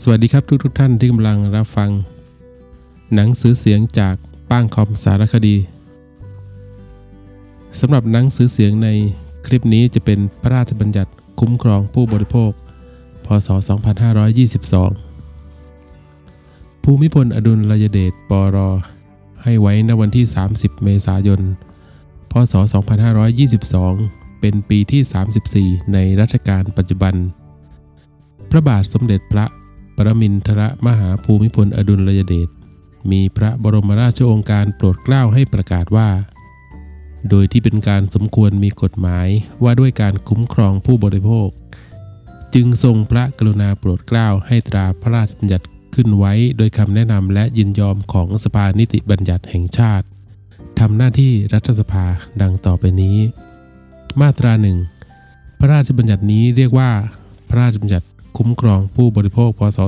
วัสดีครับทุกท่านที่กำลังรับฟังหนังสือเสียงจากป้างคอมสารคดีสำหรับหนังสือเสียงในคลิปนี้จะเป็นพระราชบัญญัติคุ้มครองผู้บริโภคพ.ศ. 2522ภูมิพลอดุลยเดชปร.ให้ไว้ณวันที่30เมษายนพ.ศ. 2522เป็นปีที่34ในรัชกาลปัจจุบันพระบาทสมเด็จพระปรมินทรมหาภูมิพลอดุลยเดชมีพระบรมราชโองการโปรดเกล้าให้ประกาศว่าโดยที่เป็นการสมควรมีกฎหมายว่าด้วยการคุ้มครองผู้บริโภคจึงทรงพระกรุณาโปรดเกล้าให้ตราพระราชบัญญัติขึ้นไว้โดยคำแนะนำและยินยอมของสภานิติบัญญัติแห่งชาติทำหน้าที่รัฐสภาดังต่อไปนี้มาตราหนึ่งพระราชบัญญัตินี้เรียกว่าพระราชบัญญัติคุ้มครองผู้บริโภคพ.ศ.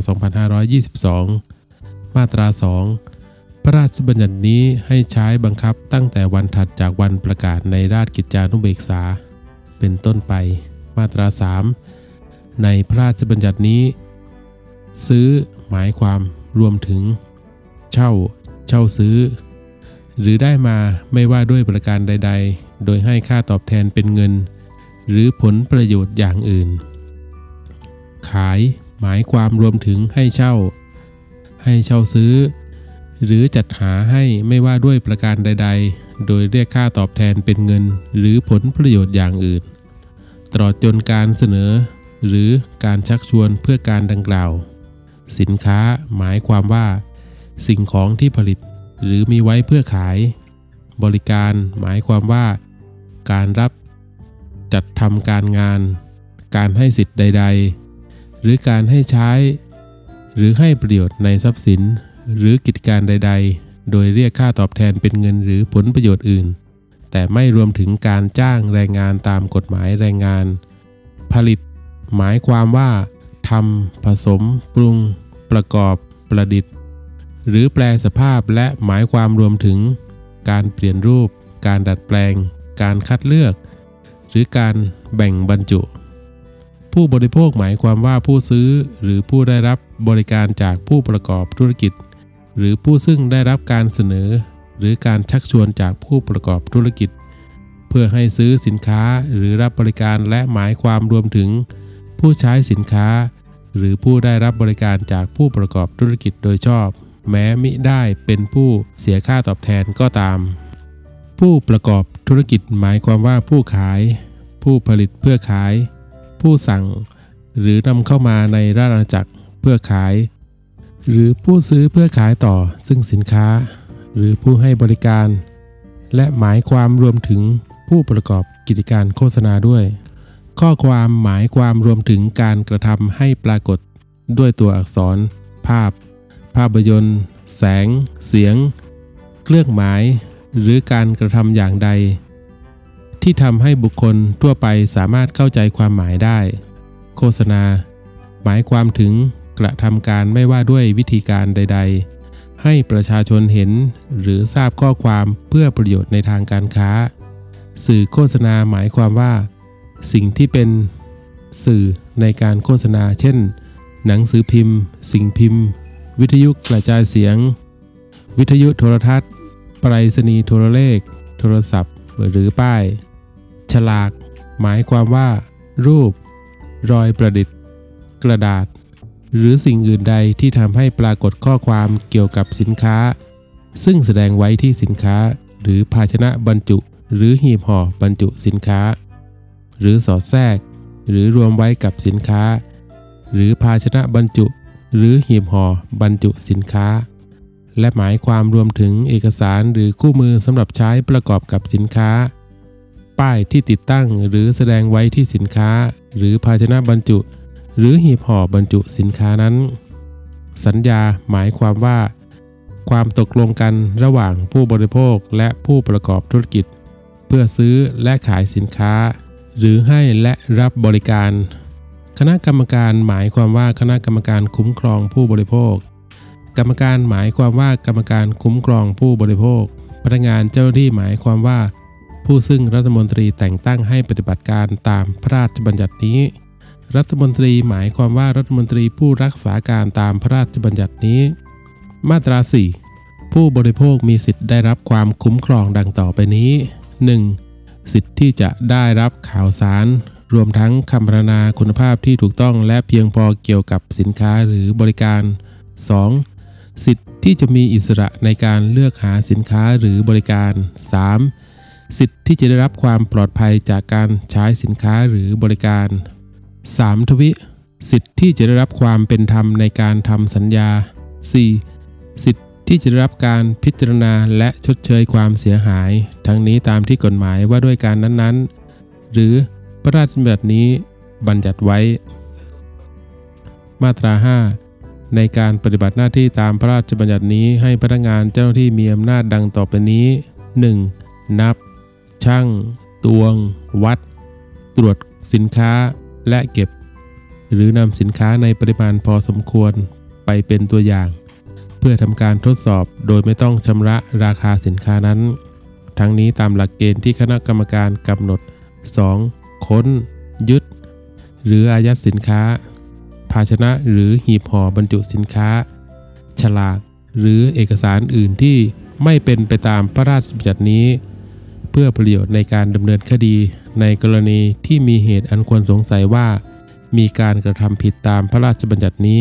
2522มาตรา2พระราชบัญญัตินี้ให้ใช้บังคับตั้งแต่วันถัดจากวันประกาศในราชกิจจานุเบกษาเป็นต้นไปมาตรา3ในพระราชบัญญัตินี้ซื้อหมายความรวมถึงเช่าซื้อหรือได้มาไม่ว่าด้วยประการใดๆโดยให้ค่าตอบแทนเป็นเงินหรือผลประโยชน์อย่างอื่นขายหมายความรวมถึงให้เช่าซื้อหรือจัดหาให้ไม่ว่าด้วยประการใดๆโดยเรียกค่าตอบแทนเป็นเงินหรือผลประโยชน์อย่างอื่นตลอดจนการเสนอหรือการชักชวนเพื่อการดังกล่าวสินค้าหมายความว่าสิ่งของที่ผลิตหรือมีไว้เพื่อขายบริการหมายความว่าการรับจัดทำการงานการให้สิทธิ์ใดๆหรือการให้ใช้หรือให้ประโยชน์ในทรัพย์สินหรือกิจการใดๆโดยเรียกค่าตอบแทนเป็นเงินหรือผลประโยชน์อื่นแต่ไม่รวมถึงการจ้างแรงงานตามกฎหมายแรงงานผลิตหมายความว่าทำผสมปรุงประกอบประดิษฐ์หรือแปลสภาพและหมายความรวมถึงการเปลี่ยนรูปการดัดแปลงการคัดเลือกหรือการแบ่งบรรจุผู้บริโภคหมายความว่าผู้ซื้อหรือผู้ได้รับบริการจากผู้ประกอบธุรกิจหรือผู้ซึ่งได้รับการเสนอหรือการชักชวนจากผู้ประกอบธุรกิจเพื่อให้ซื้อสินค้าหรือรับบริการและหมายความรวมถึงผู้ใช้สินค้าหรือผู้ได้รับบริการจากผู้ประกอบธุรกิจโดยชอบแม้มิได้เป็นผู้เสียค่าตอบแทนก็ตามผู้ประกอบธุรกิจหมายความว่าผู้ขายผู้ผลิตเพื่อขายผู้สั่งหรือนำเข้ามาในราชอาณาจักรเพื่อขายหรือผู้ซื้อเพื่อขายต่อซึ่งสินค้าหรือผู้ให้บริการและหมายความรวมถึงผู้ประกอบกิจการโฆษณาด้วยข้อความหมายความรวมถึงการกระทำให้ปรากฏด้วยตัวอักษรภาพยนตร์แสงเสียงเครื่องหมายหรือการกระทำอย่างใดที่ทำให้บุคคลทั่วไปสามารถเข้าใจความหมายได้โฆษณาหมายความถึงกระทำการไม่ว่าด้วยวิธีการใดๆให้ประชาชนเห็นหรือทราบข้อความเพื่อประโยชน์ในทางการค้าสื่อโฆษณาหมายความว่าสิ่งที่เป็นสื่อในการโฆษณาเช่นหนังสือพิมพ์สิ่งพิมพ์วิทยุกระจายเสียงวิทยุโทรทัศน์ไปรษณีย์โทรเลขโทรศัพท์หรือป้ายฉลากหมายความว่ารูปรอยประดิษฐ์กระดาษหรือสิ่งอื่นใดที่ทำให้ปรากฏข้อความเกี่ยวกับสินค้าซึ่งแสดงไว้ที่สินค้าหรือภาชนะบรรจุหรือหีบห่อบรรจุสินค้าหรือสอดแทรกหรือรวมไว้กับสินค้าหรือภาชนะบรรจุหรือหีบห่อบรรจุสินค้าและหมายความรวมถึงเอกสารหรือคู่มือสำหรับใช้ประกอบกับสินค้าป้ายที่ติดตั้งหรือแสดงไว้ที่สินค้าหรือภาชนะบรรจุหรือหีบห่อบรรจุสินค้านั้นสัญญาหมายความว่าความตกลงกันระหว่างผู้บริโภคและผู้ประกอบธุรกิจเพื่อซื้อและขายสินค้าหรือให้และรับบริการคณะกรรมการหมายความว่าคณะกรรมการคุ้มครองผู้บริโภคกรรมการหมายความว่ากรรมการคุ้มครองผู้บริโภคพนักงานเจ้าหน้าที่หมายความว่าผู้ซึ่งรัฐมนตรีแต่งตั้งให้ปฏิบัติการตามพระราชบัญญัตินี้รัฐมนตรีหมายความว่ารัฐมนตรีผู้รักษาการตามพระราชบัญญัตินี้มาตรา 4 ผู้บริโภคมีสิทธิ์ได้รับความคุ้มครองดังต่อไปนี้ 1. สิทธิ์ที่จะได้รับข่าวสารรวมทั้งคำพรรณนาคุณภาพที่ถูกต้องและเพียงพอเกี่ยวกับสินค้าหรือบริการ 2. สิทธิ์ที่จะมีอิสระในการเลือกหาสินค้าหรือบริการ 3. สิทธิ์ที่จะได้รับความปลอดภัยจากการใช้สินค้าหรือบริการ 3. ทวิสิทธิ์ที่จะได้รับความเป็นธรรมในการทำสัญญา 4. สิทธิ์ที่จะได้รับการพิจารณาและชดเชยความเสียหายทั้งนี้ตามที่กฎหมายว่าด้วยการนั้นๆหรือพระราชบัญญัตินี้บัญญัติไว้มาตรา 5 ในการปฏิบัติหน้าที่ตามพระราชบัญญัตินี้ให้พนักงานเจ้าหน้าที่มีอำนาจดังต่อไปนี้ 1. นับชั่งตวงวัดตรวจสินค้าและเก็บหรือนำสินค้าในปริมาณพอสมควรไปเป็นตัวอย่างเพื่อทำการทดสอบโดยไม่ต้องชำระราคาสินค้านั้นทั้งนี้ตามหลักเกณฑ์ที่คณะกรรมการกำหนด 2. ค้นยึดหรืออายัดสินค้าภาชนะหรือหีบห่อบรรจุสินค้าฉลากหรือเอกสารอื่นที่ไม่เป็นไปตามพระราชบัญญัตินี้เพื่อประโยชน์ในการดำเนินคดีในกรณีที่มีเหตุอันควรสงสัยว่ามีการกระทำผิดตามพระราชบัญญัตินี้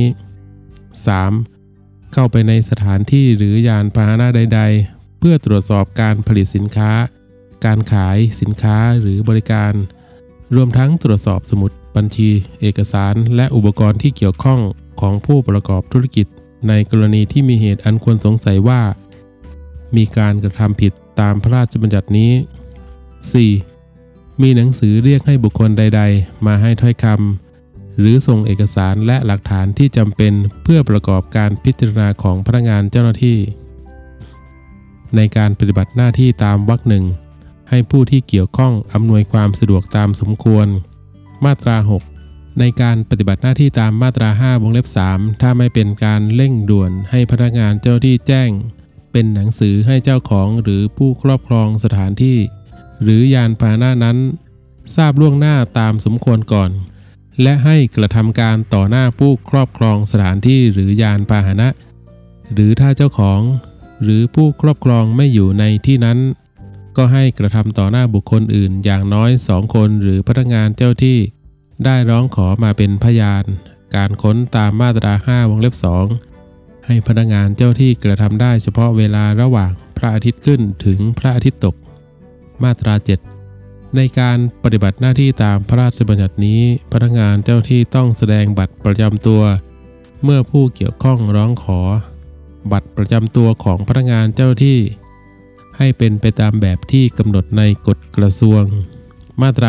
3. เข้าไปในสถานที่หรือยานพาหนะใดๆเพื่อตรวจสอบการผลิตสินค้าการขายสินค้าหรือบริการรวมทั้งตรวจสอบสมุดบัญชีเอกสารและอุปกรณ์ที่เกี่ยวข้องของผู้ประกอบธุรกิจในกรณีที่มีเหตุอันควรสงสัยว่ามีการกระทำผิดตามพระราชบัญญัตินี้ 4. มีหนังสือเรียกให้บุคคลใดๆมาให้ถ้อยคำหรือส่งเอกสารและหลักฐานที่จำเป็นเพื่อประกอบการพิจารณาของพนักงานเจ้าหน้าที่ในการปฏิบัติหน้าที่ตามวรรค 1ให้ผู้ที่เกี่ยวข้องอำนวยความสะดวกตามสมควรมาตรา 6ในการปฏิบัติหน้าที่ตามมาตรา 5 วงเล็บ 3ถ้าไม่เป็นการเร่งด่วนให้พนักงานเจ้าหน้าที่แจ้งเป็นหนังสือให้เจ้าของหรือผู้ครอบครองสถานที่หรือยานพาหนะนั้นทราบล่วงหน้าตามสมควรก่อนและให้กระทำการต่อหน้าผู้ครอบครองสถานที่หรือยานพาหนะหรือถ้าเจ้าของหรือผู้ครอบครองไม่อยู่ในที่นั้นก็ให้กระทำต่อหน้าบุคคลอื่นอย่างน้อย2คนหรือพนักงานเจ้าที่ได้ร้องขอมาเป็นพยานการค้นตามมาตรา 5 วงเล็บ 2ให้พนักงานเจ้าที่กระทำได้เฉพาะเวลาระหว่างพระอาทิตย์ขึ้นถึงพระอาทิตย์ตกมาตรา 7ในการปฏิบัติหน้าที่ตามพระราชบัญญัตินี้พนักงานเจ้าที่ต้องแสดงบัตรประจำตัวเมื่อผู้เกี่ยวข้องร้องขอบัตรประจำตัวของพนักงานเจ้าที่ให้เป็นไปตามแบบที่กำหนดในกฎกระทรวงมาตรา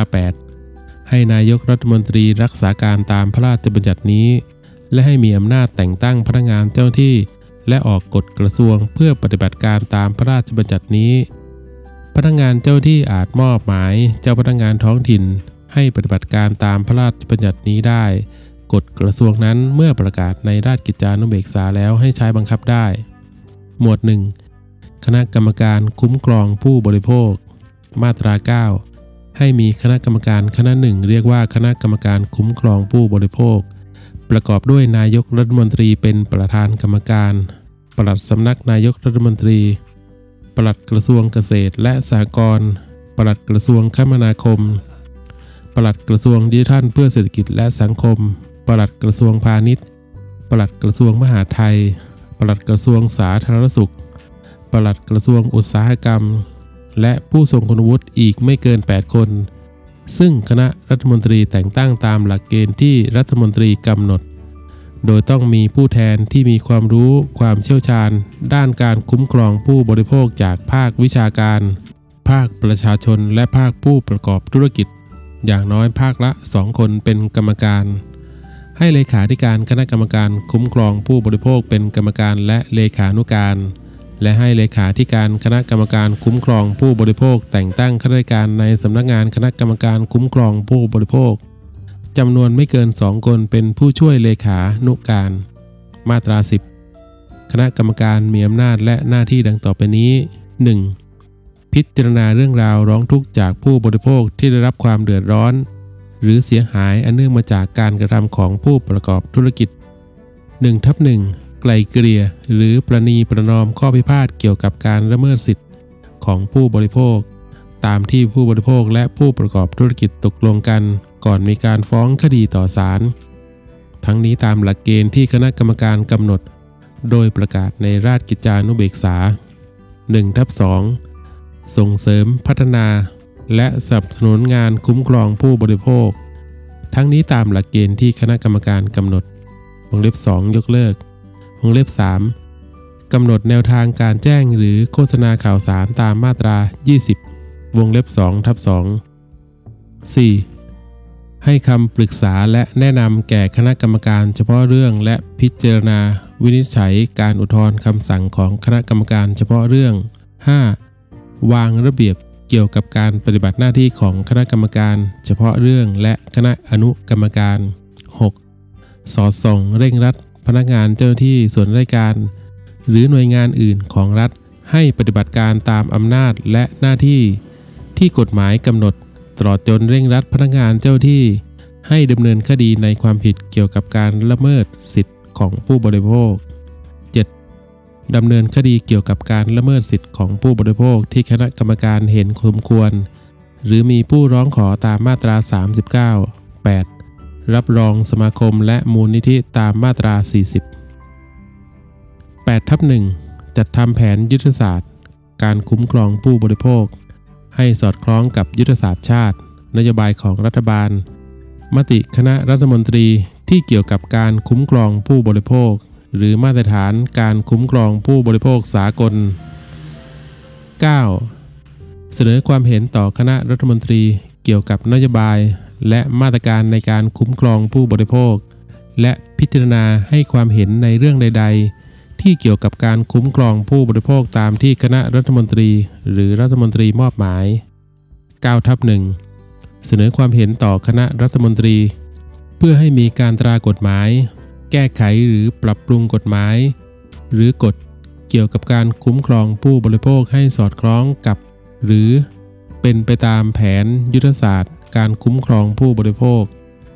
8ให้นายกรัฐมนตรีรักษาการตามพระราชบัญญัตินี้และให้มีอำนาจแต่งตั้งพนักงานเจ้าที่และออกกฎกระทรวงเพื่อปฏิบัติการตามพระราชบัญญัตินี้พนักงานเจ้าที่อาจมอบหมายเจ้าพนักงานท้องถิ่นให้ปฏิบัติการตามพระราชบัญญัตินี้ได้กฎกระทรวงนั้นเมื่อประกาศในราชกิจจานุเบกษาแล้วให้ใช้บังคับได้หมวด 1คณะกรรมการคุ้มครองผู้บริโภคมาตรา 9ให้มีคณะกรรมการคณะหนึ่งเรียกว่าคณะกรรมการคุ้มครองผู้บริโภคประกอบด้วยนายกรัฐมนตรีเป็นประธานกรรมการปลัดสำนักนายกรัฐมนตรีปลัดกระทรวงเกษตรและสหกรณ์ปลัดกระทรวงคมนาคมปลัดกระทรวงดิจิทัลเพื่อเศรษฐกิจและสังคมปลัดกระทรวงพาณิชย์ปลัดกระทรวงมหาดไทยปลัดกระทรวงสาธารณสุขปลัดกระทรวงอุตสาหกรรมและผู้ทรงคุณวุฒิอีกไม่เกิน8คนซึ่งคณะรัฐมนตรีแต่งตั้งตามหลักเกณฑ์ที่รัฐมนตรีกำหนดโดยต้องมีผู้แทนที่มีความรู้ความเชี่ยวชาญด้านการคุ้มครองผู้บริโภคจากภาควิชาการภาคประชาชนและภาคผู้ประกอบธุรกิจอย่างน้อยภาคละ2คนเป็นกรรมการให้เลขาธิการคณะกรรมการคุ้มครองผู้บริโภคเป็นกรรมการและเลขานุการและให้เลขาธิการคณะกรรมการคุ้มครองผู้บริโภคแต่งตั้งข้าราชการในสำนักงานคณะกรรมการคุ้มครองผู้บริโภคจำนวนไม่เกิน2คนเป็นผู้ช่วยเลขานุการมาตรา 10คณะกรรมการมีอำนาจและหน้าที่ดังต่อไปนี้ 1. พิจารณาเรื่องราวร้องทุกข์จากผู้บริโภคที่ได้รับความเดือดร้อนหรือเสียหายอันเนื่องมาจากการกระทำของผู้ประกอบธุรกิจ 1/1 ไกล่เกลี่ยหรือประนีประนอมข้อพิพาทเกี่ยวกับการละเมิดสิทธิของผู้บริโภคตามที่ผู้บริโภคและผู้ประกอบธุรกิจตกลงกันก่อนมีการฟ้องคดีต่อศาลทั้งนี้ตามหลักเกณฑ์ที่คณะกรรมการกำหนดโดยประกาศในราชกิจจานุเบกษา 1/2 ส่งเสริมพัฒนาและสนับสนุนงานคุ้มครองผู้บริโภคทั้งนี้ตามหลักเกณฑ์ที่คณะกรรมการกำหนดวงเล็บ2ยกเลิกวงเล็บ3กำหนดแนวทางการแจ้งหรือโฆษณาข่าวสารตามมาตรา20วงเล็บ2/2 4. ให้คำปรึกษาและแนะนำแก่คณะกรรมการเฉพาะเรื่องและพิจารณาวินิจฉัยการอุทธรณ์คำสั่งของคณะกรรมการเฉพาะเรื่อง 5. วางระเบียบเกี่ยวกับการปฏิบัติหน้าที่ของคณะกรรมการเฉพาะเรื่องและคณะอนุกรรมการ 6. สอดส่องเร่งรัดพนักงานเจ้าหน้าที่ส่วนราชการหรือหน่วยงานอื่นของรัฐให้ปฏิบัติการตามอำนาจและหน้าที่ที่กฎหมายกำหนดตลอดจนเร่งรัดพนักงานเจ้าหน้าที่ให้ดำเนินคดีในความผิดเกี่ยวกับการละเมิดสิทธิของผู้บริโภค 7. ดำเนินคดีเกี่ยวกับการละเมิดสิทธิของผู้บริโภคที่คณะกรรมการเห็นสมควรหรือมีผู้ร้องขอตามมาตรา 39 8. รับรองสมาคมและมูลนิธิตามมาตรา 40 8/1 จัดทำแผนยุทธศาสตร์การคุ้มครองผู้บริโภคให้สอดคล้องกับยุทธศาสตร์ชาตินโยบายของรัฐบาลมติคณะรัฐมนตรีที่เกี่ยวกับการคุ้มครองผู้บริโภคหรือมาตรฐานการคุ้มครองผู้บริโภคสากล 9. เสนอความเห็นต่อคณะรัฐมนตรีเกี่ยวกับนโยบายและมาตรการในการคุ้มครองผู้บริโภคและพิจารณาให้ความเห็นในเรื่องใดๆที่เกี่ยวกับการคุ้มครองผู้บริโภคตามที่คณะรัฐมนตรีหรือรัฐมนตรีมอบหมาย 9/1 เสนอความเห็นต่อคณะรัฐมนตรีเพื่อให้มีการตรากฎหมายแก้ไขหรือปรับปรุงกฎหมายหรือกฎเกี่ยวกับการคุ้มครองผู้บริโภคให้สอดคล้องกับหรือเป็นไปตามแผนยุทธศาสตร์การคุ้มครองผู้บริโภค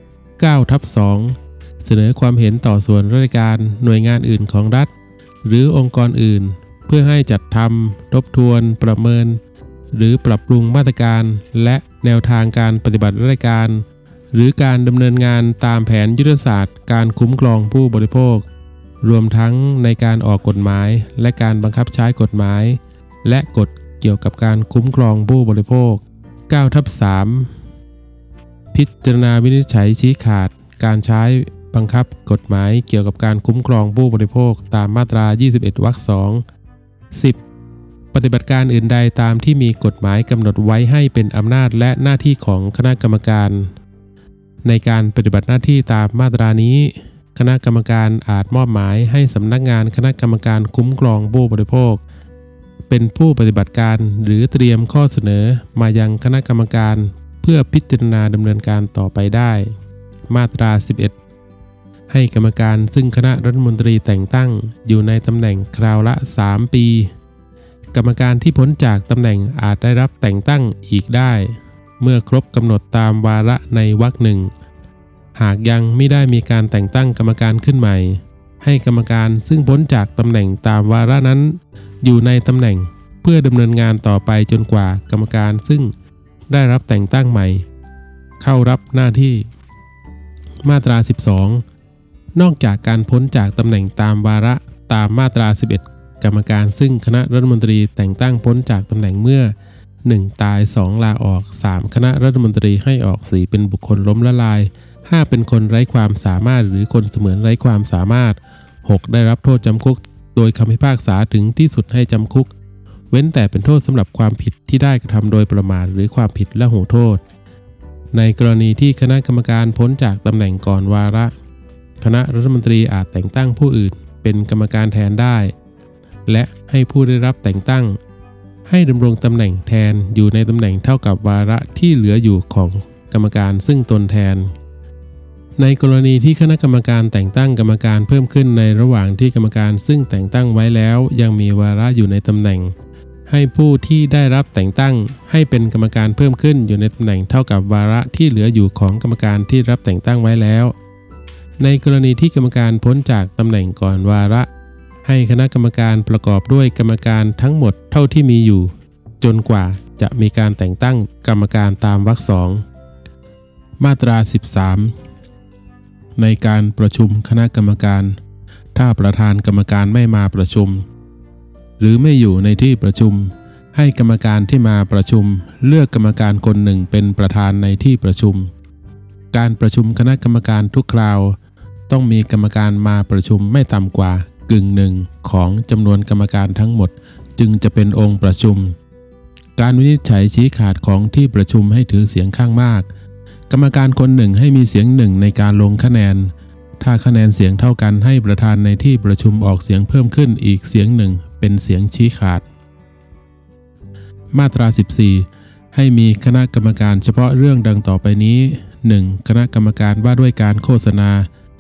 9/2 เสนอความเห็นต่อส่วนราชการหน่วยงานอื่นของรัฐหรือองค์กรอื่นเพื่อให้จัดทำทบทวนประเมินหรือปรับปรุงมาตรการและแนวทางการปฏิบัติราชการหรือการดำเนินงานตามแผนยุทธศาสตร์การคุ้มครองผู้บริโภครวมทั้งในการออกกฎหมายและการบังคับใช้กฎหมายและกฎเกี่ยวกับการคุ้มครองผู้บริโภค 9/3 พิจารณาวินิจฉัยชี้ขาดการใช้บังคับกฎหมายเกี่ยวกับการคุ้มครองผู้บริโภคตามมาตรา 21 วรรค 2 10. ปฏิบัติการอื่นใดตามที่มีกฎหมายกำหนดไว้ให้เป็นอำนาจและหน้าที่ของคณะกรรมการในการปฏิบัติหน้าที่ตามมาตรานี้คณะกรรมการอาจมอบหมายให้สำนักงานคณะกรรมการคุ้มครองผู้บริโภคเป็นผู้ปฏิบัติการหรือเตรียมข้อเสนอมายังคณะกรรมการเพื่อพิจารณาดำเนินการต่อไปได้มาตรา 11 ให้กรรมการซึ่งคณะรัฐมนตรีแต่งตั้งอยู่ในตำแหน่งคราวละ 3 ปีกรรมการที่พ้นจากตำแหน่งอาจได้รับแต่งตั้งอีกได้เมื่อครบกำหนดตามวาระในวรรคหนึ่งหากยังไม่ได้มีการแต่งตั้งกรรมการขึ้นใหม่ให้กรรมการซึ่งพ้นจากตำแหน่งตามวาระนั้นอยู่ในตำแหน่งเพื่อดำเนินงานต่อไปจนกว่ากรรมการซึ่งได้รับแต่งตั้งใหม่เข้ารับหน้าที่มาตรา 12 นอกจากการพ้นจากตำแหน่งตามวาระตามมาตรา 11 กรรมการซึ่งคณะรัฐมนตรีแต่งตั้งพ้นจากตำแหน่งเมื่อ 1. ตาย 2. ลาออก 3. คณะรัฐมนตรีให้ออก 4. เป็นบุคคลล้มละลาย 5. เป็นคนไร้ความสามารถหรือคนเสมือนไร้ความสามารถ 6. ได้รับโทษจำคุกโดยคำพิพากษาถึงที่สุดให้จำคุกเว้นแต่เป็นโทษสำหรับความผิดที่ได้กระทำโดยประมาทหรือความผิดละหูโทษในกรณีที่คณะกรรมการพ้นจากตำแหน่งก่อนวาระคณะรัฐมนตรีอาจแต่งตั้งผู้อื่นเป็นกรรมการแทนได้และให้ผู้ได้รับแต่งตั้งให้ดำรงตำแหน่งแทนอยู่ในตำแหน่งเท่ากับวาระที่เหลืออยู่ของกรรมการซึ่งตนแทนในกรณีที่คณะกรรมการแต่งตั้งกรรมการเพิ่มขึ้นในระหว่างที่กรรมการซึ่งแต่งตั้งไว้แล้วยังมีวาระอยู่ในตำแหน่งให้ผู้ที่ได้รับแต่งตั้งให้เป็นกรรมการเพิ่มขึ้นอยู่ในตำแหน่งเท่ากับวาระที่เหลืออยู่ของกรรมการที่รับแต่งตั้งไว้แล้วในกรณีที่กรรมการพ้นจากตำแหน่งก่อนวาระให้คณะกรรมการประกอบด้วยกรรมการทั้งหมดเท่าที่มีอยู่จนกว่าจะมีการแต่งตั้งกรรมการตามวรรค 2มาตรา 13ในการประชุมคณะกรรมการถ้าประธานกรรมการไม่มาประชุมหรือไม่อยู่ในที่ประชุมให้กรรมการที่มาประชุมเลือกกรรมการคนหนึ่งเป็นประธานในที่ประชุมการประชุมคณะกรรมการทุกคราวต้องมีกรรมการมาประชุมไม่ต่ำกว่ากึ่งหนึ่งของจำนวนกรรมการทั้งหมดจึงจะเป็นองค์ประชุมการวินิจฉัยชี้ขาดของที่ประชุมให้ถือเสียงข้างมากกรรมการคนหนึ่งให้มีเสียงหนึ่งในการลงคะแนนถ้าคะแนนเสียงเท่ากันให้ประธานในที่ประชุมออกเสียงเพิ่มขึ้นอีกเสียงหนึ่งเป็นเสียงชี้ขาดมาตรา 14ให้มีคณะกรรมการเฉพาะเรื่องดังต่อไปนี้ 1. คณะกรรมการว่าด้วยการโฆษณา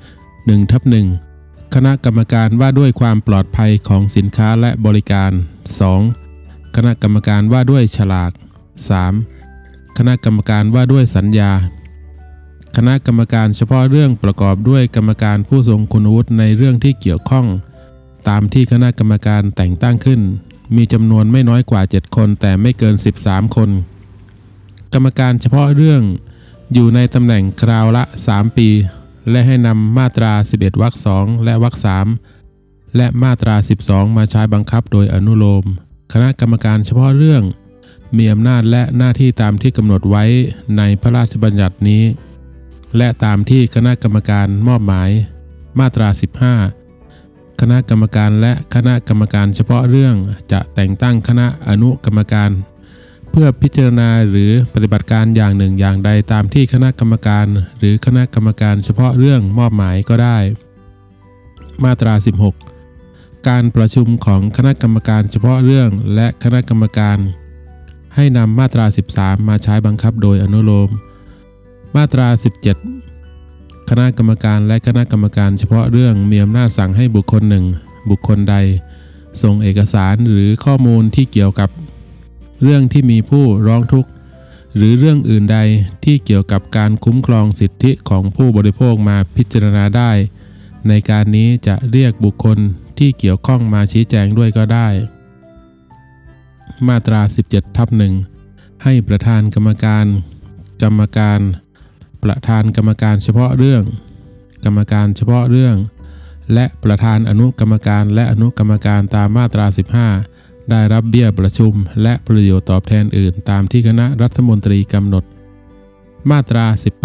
1/1 คณะกรรมการว่าด้วยความปลอดภัยของสินค้าและบริการ 2. คณะกรรมการว่าด้วยฉลาก 3. คณะกรรมการว่าด้วยสัญญาคณะกรรมการเฉพาะเรื่องประกอบด้วยกรรมการผู้ทรงคุณวุฒิในเรื่องที่เกี่ยวข้องตามที่คณะกรรมการแต่งตั้งขึ้นมีจำนวนไม่น้อยกว่า7คนแต่ไม่เกิน13คนกรรมการเฉพาะเรื่องอยู่ในตำแหน่งคราวละ3ปีและให้นำมาตรา11วรรค2และวรรค3และมาตรา12มาใช้บังคับโดยอนุโลมคณะกรรมการเฉพาะเรื่องมีอำนาจและหน้าที่ตามที่กำหนดไว้ในพระราชบัญญัตินี้และตามที่คณะกรรมการมอบหมายมาตรา15คณะกรรมการและคณะกรรมการเฉพาะเรื่องจะแต่งตั้งคณะอนุกรรมการเพื่อพิจารณาหรือปฏิบัติการอย่างหนึ่งอย่างใดตามที่คณะกรรมการหรือคณะกรรมการเฉพาะเรื่องมอบหมายก็ได้มาตรา16การประชุมของคณะกรรมการเฉพาะเรื่องและคณะกรรมการให้นำมาตรา13มาใช้บังคับโดยอนุโลมมาตรา17คณะกรรมการและคณะกรรมการเฉพาะเรื่องมีอำนาจสั่งให้บุคคลหนึ่งบุคคลใดส่งเอกสารหรือข้อมูลที่เกี่ยวกับเรื่องที่มีผู้ร้องทุกข์หรือเรื่องอื่นใดที่เกี่ยวกับการคุ้มครองสิทธิของผู้บริโภคมาพิจารณาได้ในการนี้จะเรียกบุคคลที่เกี่ยวข้องมาชี้แจงด้วยก็ได้มาตรา17/1ให้ประธานกรรมการประธานกรรมการเฉพาะเรื่องกรรมการเฉพาะเรื่องและประธานอนุกรรมการและอนุกรรมการตามมาตรา15ได้รับเบี้ยประชุมและประโยชน์ตอบแทนอื่นตามที่คณะรัฐมนตรีกำหนดมาตรา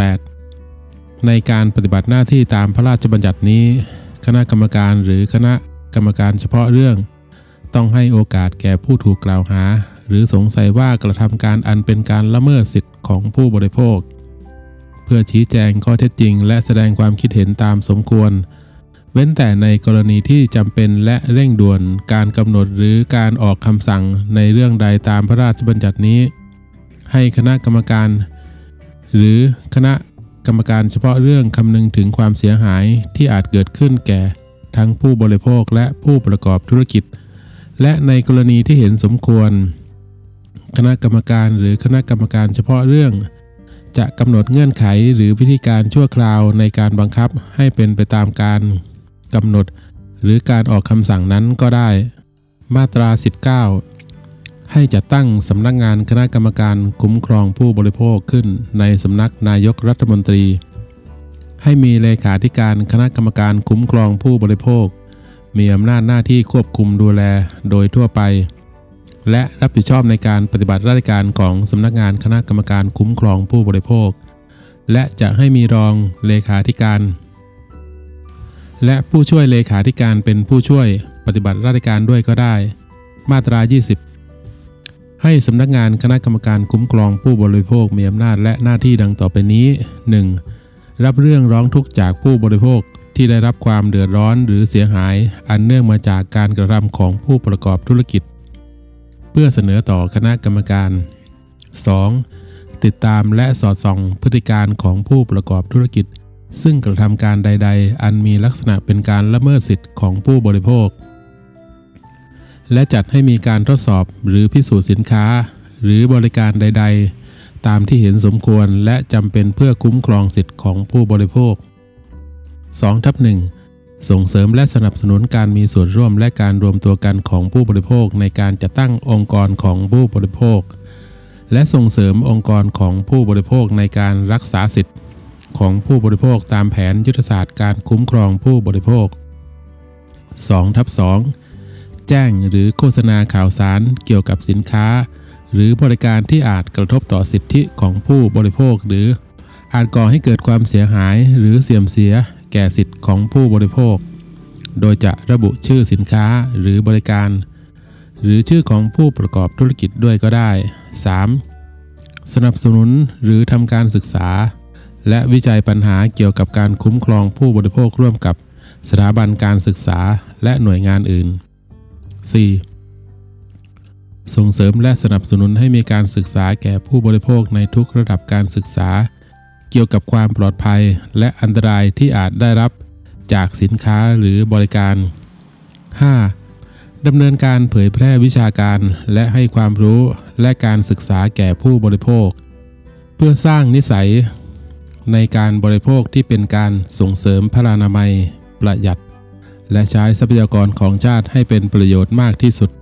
18ในการปฏิบัติหน้าที่ตามพระราชบัญญัตินี้คณะกรรมการหรือคณะกรรมการเฉพาะเรื่องต้องให้โอกาสแก่ผู้ถูกกล่าวหาหรือสงสัยว่ากระทำการอันเป็นการละเมิดสิทธิของผู้บริโภคเพื่อชี้แจงข้อเท็จจริงและแสดงความคิดเห็นตามสมควรเว้นแต่ในกรณีที่จำเป็นและเร่งด่วนการกำหนดหรือการออกคำสั่งในเรื่องใดตามพระราชบัญญัตินี้ให้คณะกรรมการหรือคณะกรรมการเฉพาะเรื่องคำนึงถึงความเสียหายที่อาจเกิดขึ้นแก่ทั้งผู้บริโภคและผู้ประกอบธุรกิจและในกรณีที่เห็นสมควรคณะกรรมการหรือคณะกรรมการเฉพาะเรื่องจะกำหนดเงื่อนไขหรือวิธีการชั่วคราวในการบังคับให้เป็นไปตามการกำหนดหรือการออกคำสั่งนั้นก็ได้มาตรา19ให้จัดตั้งสำนักงานคณะกรรมการคุ้มครองผู้บริโภคขึ้นในสำนักนายกรัฐมนตรีให้มีเลขาธิการคณะกรรมการคุ้มครองผู้บริโภคมีอำนาจหน้าที่ควบคุมดูแลโดยทั่วไปและรับผิดชอบในการปฏิบัติราชการของสำนักงานคณะกรรมการคุ้มครองผู้บริโภคและจะให้มีรองเลขาธิการและผู้ช่วยเลขาธิการเป็นผู้ช่วยปฏิบัติราชการด้วยก็ได้มาตรา20ให้สำนักงานคณะกรรมการคุ้มครองผู้บริโภคมีอำนาจและหน้าที่ดังต่อไปนี้ 1. รับเรื่องร้องทุกข์จากผู้บริโภคที่ได้รับความเดือดร้อนหรือเสียหายอันเนื่องมาจากการกระทำของผู้ประกอบธุรกิจเพื่อเสนอต่อคณะกรรมการ 2. ติดตามและสอดส่องพฤติการของผู้ประกอบธุรกิจซึ่งกระทำการใดๆอันมีลักษณะเป็นการละเมิดสิทธิของผู้บริโภคและจัดให้มีการทดสอบหรือพิสูจน์สินค้าหรือบริการใดๆตามที่เห็นสมควรและจำเป็นเพื่อคุ้มครองสิทธิของผู้บริโภค 2.1 ส่งเสริมและสนับสนุนการมีส่วนร่วมและการรวมตัวกันของผู้บริโภคในการจัดตั้งองค์กรของผู้บริโภคและส่งเสริมองค์กรของผู้บริโภคในการรักษาสิทธิของผู้บริโภคตามแผนยุทธศาสตร์การคุ้มครองผู้บริโภค 2.2 แจ้งหรือโฆษณาข่าวสารเกี่ยวกับสินค้าหรือบริการที่อาจกระทบต่อสิทธิของผู้บริโภคหรืออาจก่อให้เกิดความเสียหายหรือเสื่อมเสียแก่สิทธิของผู้บริโภคโดยจะระบุชื่อสินค้าหรือบริการหรือชื่อของผู้ประกอบธุรกิจด้วยก็ได้ 3. สนับสนุนหรือทำการศึกษาและวิจัยปัญหาเกี่ยวกับการคุ้มครองผู้บริโภคร่วมกับสถาบันการศึกษาและหน่วยงานอื่น 4. ส่งเสริมและสนับสนุนให้มีการศึกษาแก่ผู้บริโภคในทุกระดับการศึกษาเกี่ยวกับความปลอดภัยและอันตรายที่อาจได้รับจากสินค้าหรือบริการ 5. ดำเนินการเผยแพร่วิชาการและให้ความรู้และการศึกษาแก่ผู้บริโภคเพื่อสร้างนิสัยในการบริโภคที่เป็นการส่งเสริมพลานามัยประหยัดและใช้ทรัพยากรของชาติให้เป็นประโยชน์มากที่สุด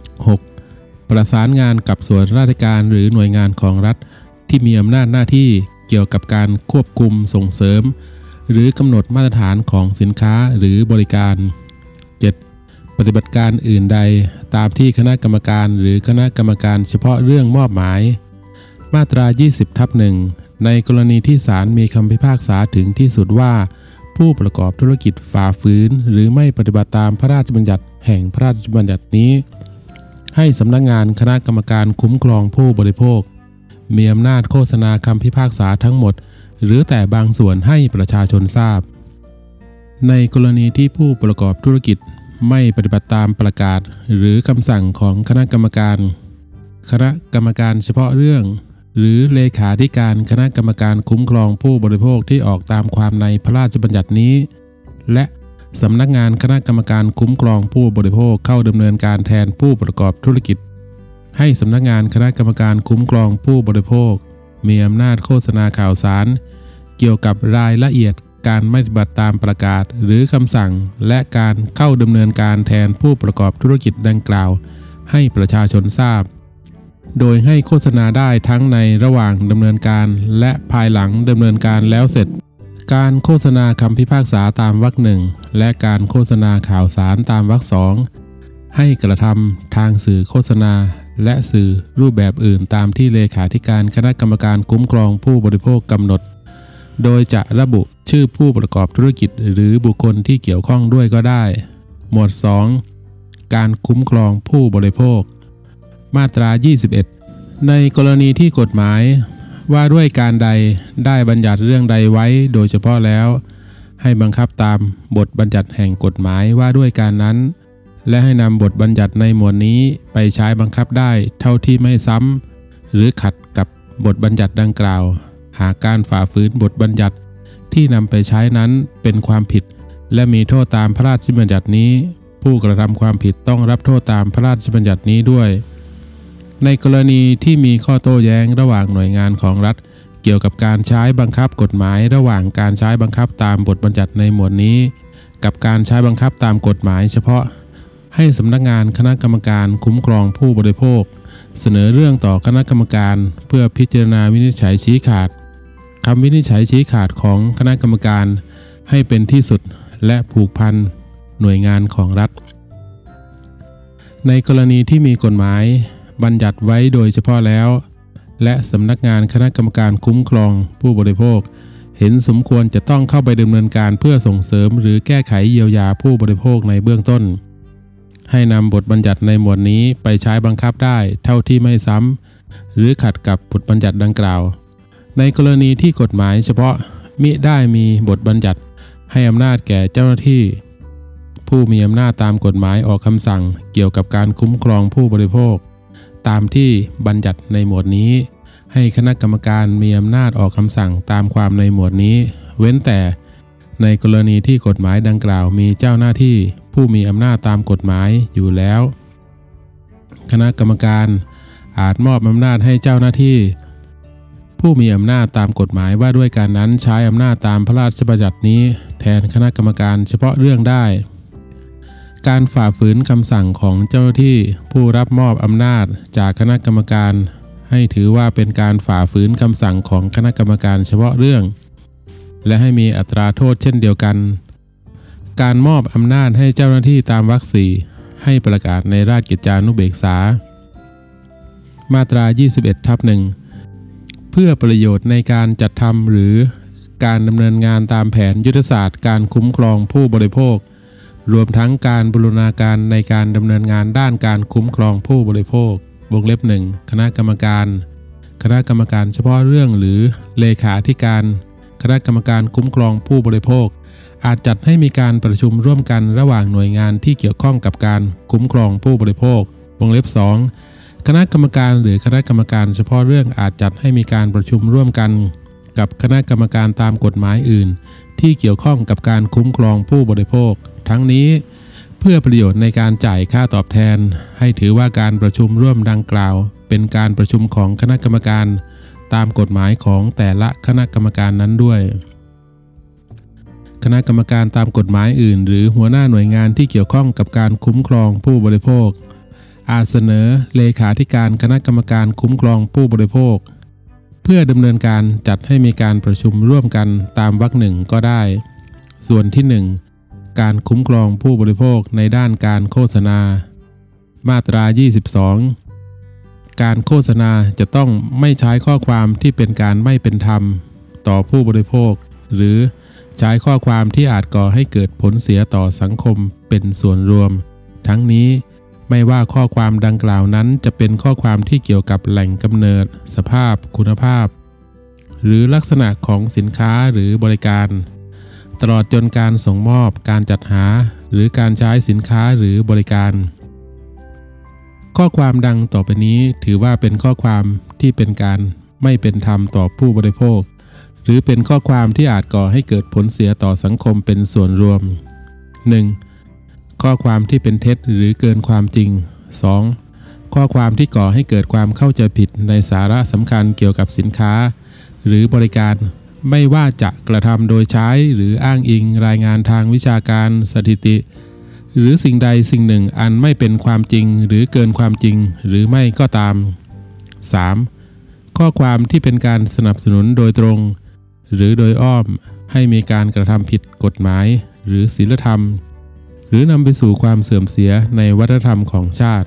6. ประสานงานกับส่วนราชการหรือหน่วยงานของรัฐที่มีอำนาจหน้าที่เกี่ยวกับการควบคุมส่งเสริมหรือกำหนดมาตรฐานของสินค้าหรือบริการ 7. ปฏิบัติการอื่นใดตามที่คณะกรรมการหรือคณะกรรมการเฉพาะเรื่องมอบหมายมาตรา 20/1 ในกรณีที่ศาลมีคำพิพากษาถึงที่สุดว่าผู้ประกอบธุรกิจฝ่าฝืนหรือไม่ปฏิบัติตามพระราชบัญญัติแห่งพระราชบัญญัตินี้ให้สำนักงานคณะกรรมการคุ้มครองผู้บริโภคมีอำนาจโฆษณาคำพิพากษาทั้งหมดหรือแต่บางส่วนให้ประชาชนทราบในกรณีที่ผู้ประกอบธุรกิจไม่ปฏิบัติตามประกาศหรือคำสั่งของคณะกรรมการเฉพาะเรื่องหรือเลขาธิการคณะกรรมการคุ้มครองผู้บริโภคที่ออกตามความในพระราชบัญญัตินี้และสำนักงานคณะกรรมการคุ้มครองผู้บริโภคเข้าดำเนินการแทนผู้ประกอบธุรกิจให้สำนักงานคณะกรรมการคุ้มครองผู้บริโภคมีอำนาจโฆษณาข่าวสารเกี่ยวกับรายละเอียดการไม่ปฏิบัติตามประกาศหรือคำสั่งและการเข้าดำเนินการแทนผู้ประกอบธุรกิจดังกล่าวให้ประชาชนทราบโดยให้โฆษณาได้ทั้งในระหว่างดำเนินการและภายหลังดำเนินการแล้วเสร็จการโฆษณาคำพิพากษาตามวรรคหนึ่งและการโฆษณาข่าวสารตามวรรคสองให้กระทำทางสื่อโฆษณาและสื่อรูปแบบอื่นตามที่เลขาธิการคณะกรรมการคุ้มครองผู้บริโภคกำหนดโดยจะระบุชื่อผู้ประกอบธุรกิจหรือบุคคลที่เกี่ยวข้องด้วยก็ได้หมวด 2 การคุ้มครองผู้บริโภคมาตรา 21 ในกรณีที่กฎหมายว่าด้วยการใดได้บัญญัติเรื่องใดไว้โดยเฉพาะแล้วให้บังคับตามบทบัญญัติแห่งกฎหมายว่าด้วยการนั้นและให้นำบทบัญญัติในหมวดนี้ไปใช้บังคับได้เท่าที่ไม่ซ้ำหรือขัดกับบทบัญญัติดังกล่าวหากการฝ่าฝืนบทบัญญัติที่นำไปใช้นั้นเป็นความผิดและมีโทษตามพระราชบัญญัตินี้ผู้กระทำความผิดต้องรับโทษตามพระราชบัญญัตินี้ด้วยในกรณีที่มีข้อโต้แย้งระหว่างหน่วยงานของรัฐเกี่ยวกับการใช้บังคับกฎหมายระหว่างการใช้บังคับตามบทบัญญัติในหมวดนี้กับการใช้บังคับตามกฎหมายเฉพาะให้สำนักงานคณะกรรมการคุ้มครองผู้บริโภคเสนอเรื่องต่อคณะกรรมการเพื่อพิจารณาวินิจฉัยชี้ขาดคำวินิจฉัยชี้ขาดของคณะกรรมการให้เป็นที่สุดและผูกพันหน่วยงานของรัฐในกรณีที่มีกฎหมายบัญญัติไว้โดยเฉพาะแล้วและสำนักงานคณะกรรมการคุ้มครองผู้บริโภคเห็นสมควรจะต้องเข้าไปดำเนินการเพื่อส่งเสริมหรือแก้ไขเยียวยาผู้บริโภคในเบื้องต้นให้นำบทบัญญัติในหมวดนี้ไปใช้บังคับได้เท่าที่ไม่ซ้ำหรือขัดกับบทบัญญัติดังกล่าวในกรณีที่กฎหมายเฉพาะมิได้มีบทบัญญัติให้อำนาจแก่เจ้าหน้าที่ผู้มีอำนาจตามกฎหมายออกคำสั่งเกี่ยวกับการคุ้มครองผู้บริโภคตามที่บัญญัติในหมวดนี้ให้คณะกรรมการมีอำนาจออกคำสั่งตามความในหมวดนี้เว้นแต่ในกรณีที่กฎหมายดังกล่าวมีเจ้าหน้าที่ผู้มีอำนาจตามกฎหมายอยู่แล้วคณะกรรมการอาจมอบอำนาจให้เจ้าหน้าที่ผู้มีอำนาจตามกฎหมายว่าด้วยการนั้นใช้อำนาจตามพระราชบัญญัตินี้แทนคณะกรรมการเฉพาะเรื่องได้การฝ่าฝืนคำสั่งของเจ้าหน้าที่ผู้รับมอบอำนาจจากคณะกรรมการให้ถือว่าเป็นการฝ่าฝืนคำสั่งของคณะกรรมการเฉพาะเรื่องและให้มีอัตราโทษเช่นเดียวกันการมอบอำนาจให้เจ้าหน้าที่ตามวรรค 4ให้ประกาศในราชกิจจานุเบกษามาตรา 21/1 เพื่อประโยชน์ในการจัดทำหรือการดำเนินงานตามแผนยุทธศาสตร์การคุ้มครองผู้บริโภครวมทั้งการบูรณาการในการดำเนินงานด้านการคุ้มครองผู้บริโภควงเล็บ 1 คณะกรรมการเฉพาะเรื่องหรือเลขาธิการคณะกรรมการคุ้มครองผู้บริโภคอาจจัดให้มีการประชุมร่วมกันระหว่างหน่วยงานที่เกี่ยวข้องกับการคุ้มครองผู้บริโภควงเล็บ 2 คณะกรรมการหรือคณะกรรมการเฉพาะเรื่องอาจจัดให้มีการประชุมร่วมกันกับคณะกรรมการตามกฎหมายอื่นที่เกี่ยวข้องกับการคุ้มครองผู้บริโภคทั้งนี้เพื่อประโยชน์ในการจ่ายค่าตอบแทนให้ถือว่าการประชุมร่วมดังกล่าวเป็นการประชุมของคณะกรรมการตามกฎหมายของแต่ละคณะกรรมการนั้นด้วยคณะกรรมการตามกฎหมายอื่นหรือหัวหน้าหน่วยงานที่เกี่ยวข้องกับการคุ้มครองผู้บริโภคอาจเสนอเลขาธิการคณะกรรมการคุ้มครองผู้บริโภคเพื่อดำเนินการจัดให้มีการประชุมร่วมกันตามวรรค 1ก็ได้ส่วนที่ 1การคุ้มครองผู้บริโภคในด้านการโฆษณามาตรา 22การโฆษณาจะต้องไม่ใช้ข้อความที่เป็นการไม่เป็นธรรมต่อผู้บริโภคหรือใช้ข้อความที่อาจก่อให้เกิดผลเสียต่อสังคมเป็นส่วนรวมทั้งนี้ไม่ว่าข้อความดังกล่าวนั้นจะเป็นข้อความที่เกี่ยวกับแหล่งกำเนิดสภาพคุณภาพหรือลักษณะของสินค้าหรือบริการตลอดจนการส่งมอบการจัดหาหรือการใช้สินค้าหรือบริการข้อความดังต่อไปนี้ถือว่าเป็นข้อความที่เป็นการไม่เป็นธรรมต่อผู้บริโภคหรือเป็นข้อความที่อาจก่อให้เกิดผลเสียต่อสังคมเป็นส่วนรวม 1. ข้อความที่เป็นเท็จหรือเกินความจริง 2. ข้อความที่ก่อให้เกิดความเข้าใจผิดในสาระสำคัญเกี่ยวกับสินค้าหรือบริการไม่ว่าจะกระทำโดยใช้หรืออ้างอิงรายงานทางวิชาการสถิติหรือสิ่งใดสิ่งหนึ่งอันไม่เป็นความจริงหรือเกินความจริงหรือไม่ก็ตาม 3. ข้อความที่เป็นการสนับสนุนโดยตรงหรือโดยอ้อมให้มีการกระทำผิดกฎหมายหรือศีลธรรมหรือนำไปสู่ความเสื่อมเสียในวัฒนธรรมของชาติ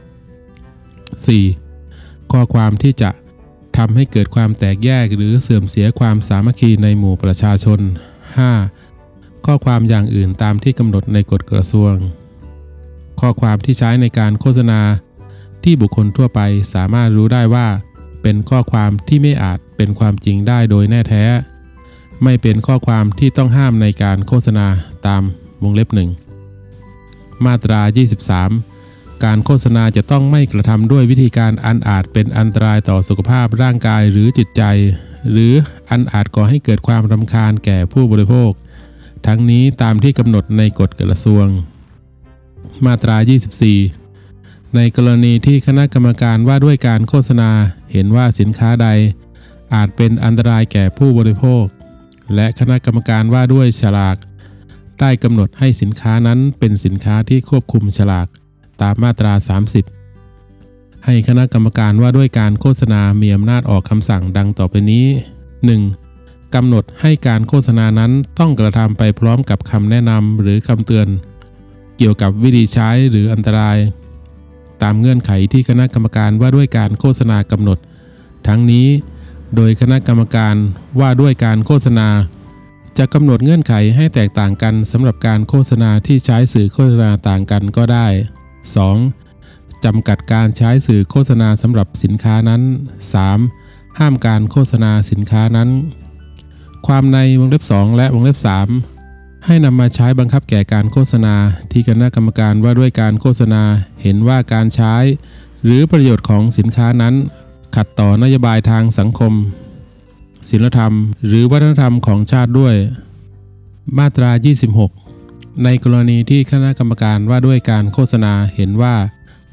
4. ข้อความที่จะทำให้เกิดความแตกแยกหรือเสื่อมเสียความสามัคคีในหมู่ประชาชน 5. ข้อความอย่างอื่นตามที่กำหนดในกฎกระทรวงข้อความที่ใช้ในการโฆษณาที่บุคคลทั่วไปสามารถรู้ได้ว่าเป็นข้อความที่ไม่อาจเป็นความจริงได้โดยแน่แท้ไม่เป็นข้อความที่ต้องห้ามในการโฆษณาตามวงเล็บ 1มาตรา 23การโฆษณาจะต้องไม่กระทำด้วยวิธีการอันอาจเป็นอันตรายต่อสุขภาพร่างกายหรือจิตใจหรืออันอาจก่อให้เกิดความรำคาญแก่ผู้บริโภคทั้งนี้ตามที่กำหนดในกฎกระทรวงมาตรา 24ในกรณีที่คณะกรรมการว่าด้วยการโฆษณาเห็นว่าสินค้าใดอาจเป็นอันตรายแก่ผู้บริโภคและคณะกรรมการว่าด้วยฉลากได้กำหนดให้สินค้านั้นเป็นสินค้าที่ควบคุมฉลากตามมาตรา 30ให้คณะกรรมการว่าด้วยการโฆษณามีอำนาจออกคำสั่งดังต่อไปนี้ 1. กำหนดให้การโฆษณานั้นต้องกระทำไปพร้อมกับคำแนะนำหรือคำเตือนเกี่ยวกับวิธีใช้หรืออันตรายตามเงื่อนไขที่คณะกรรมการว่าด้วยการโฆษณากำหนดทั้งนี้โดยคณะกรรมการว่าด้วยการโฆษณาจะกำหนดเงื่อนไขให้แตกต่างกันสำหรับการโฆษณาที่ใช้สื่อโฆษณาต่างกันก็ได้ 2. จำกัดการใช้สื่อโฆษณาสำหรับสินค้านั้น 3. ห้ามการโฆษณาสินค้านั้นความในวงเล็บ 2 และวงเล็บ 3ให้นำมาใช้บังคับแก่การโฆษณาที่คณะกรรมการว่าด้วยการโฆษณาเห็นว่าการใช้หรือประโยชน์ของสินค้านั้นขัดต่อนโยบายทางสังคมศีลธรรมหรือวัฒนธรรมของชาติด้วยมาตรา 26ในกรณีที่คณะกรรมการว่าด้วยการโฆษณาเห็นว่า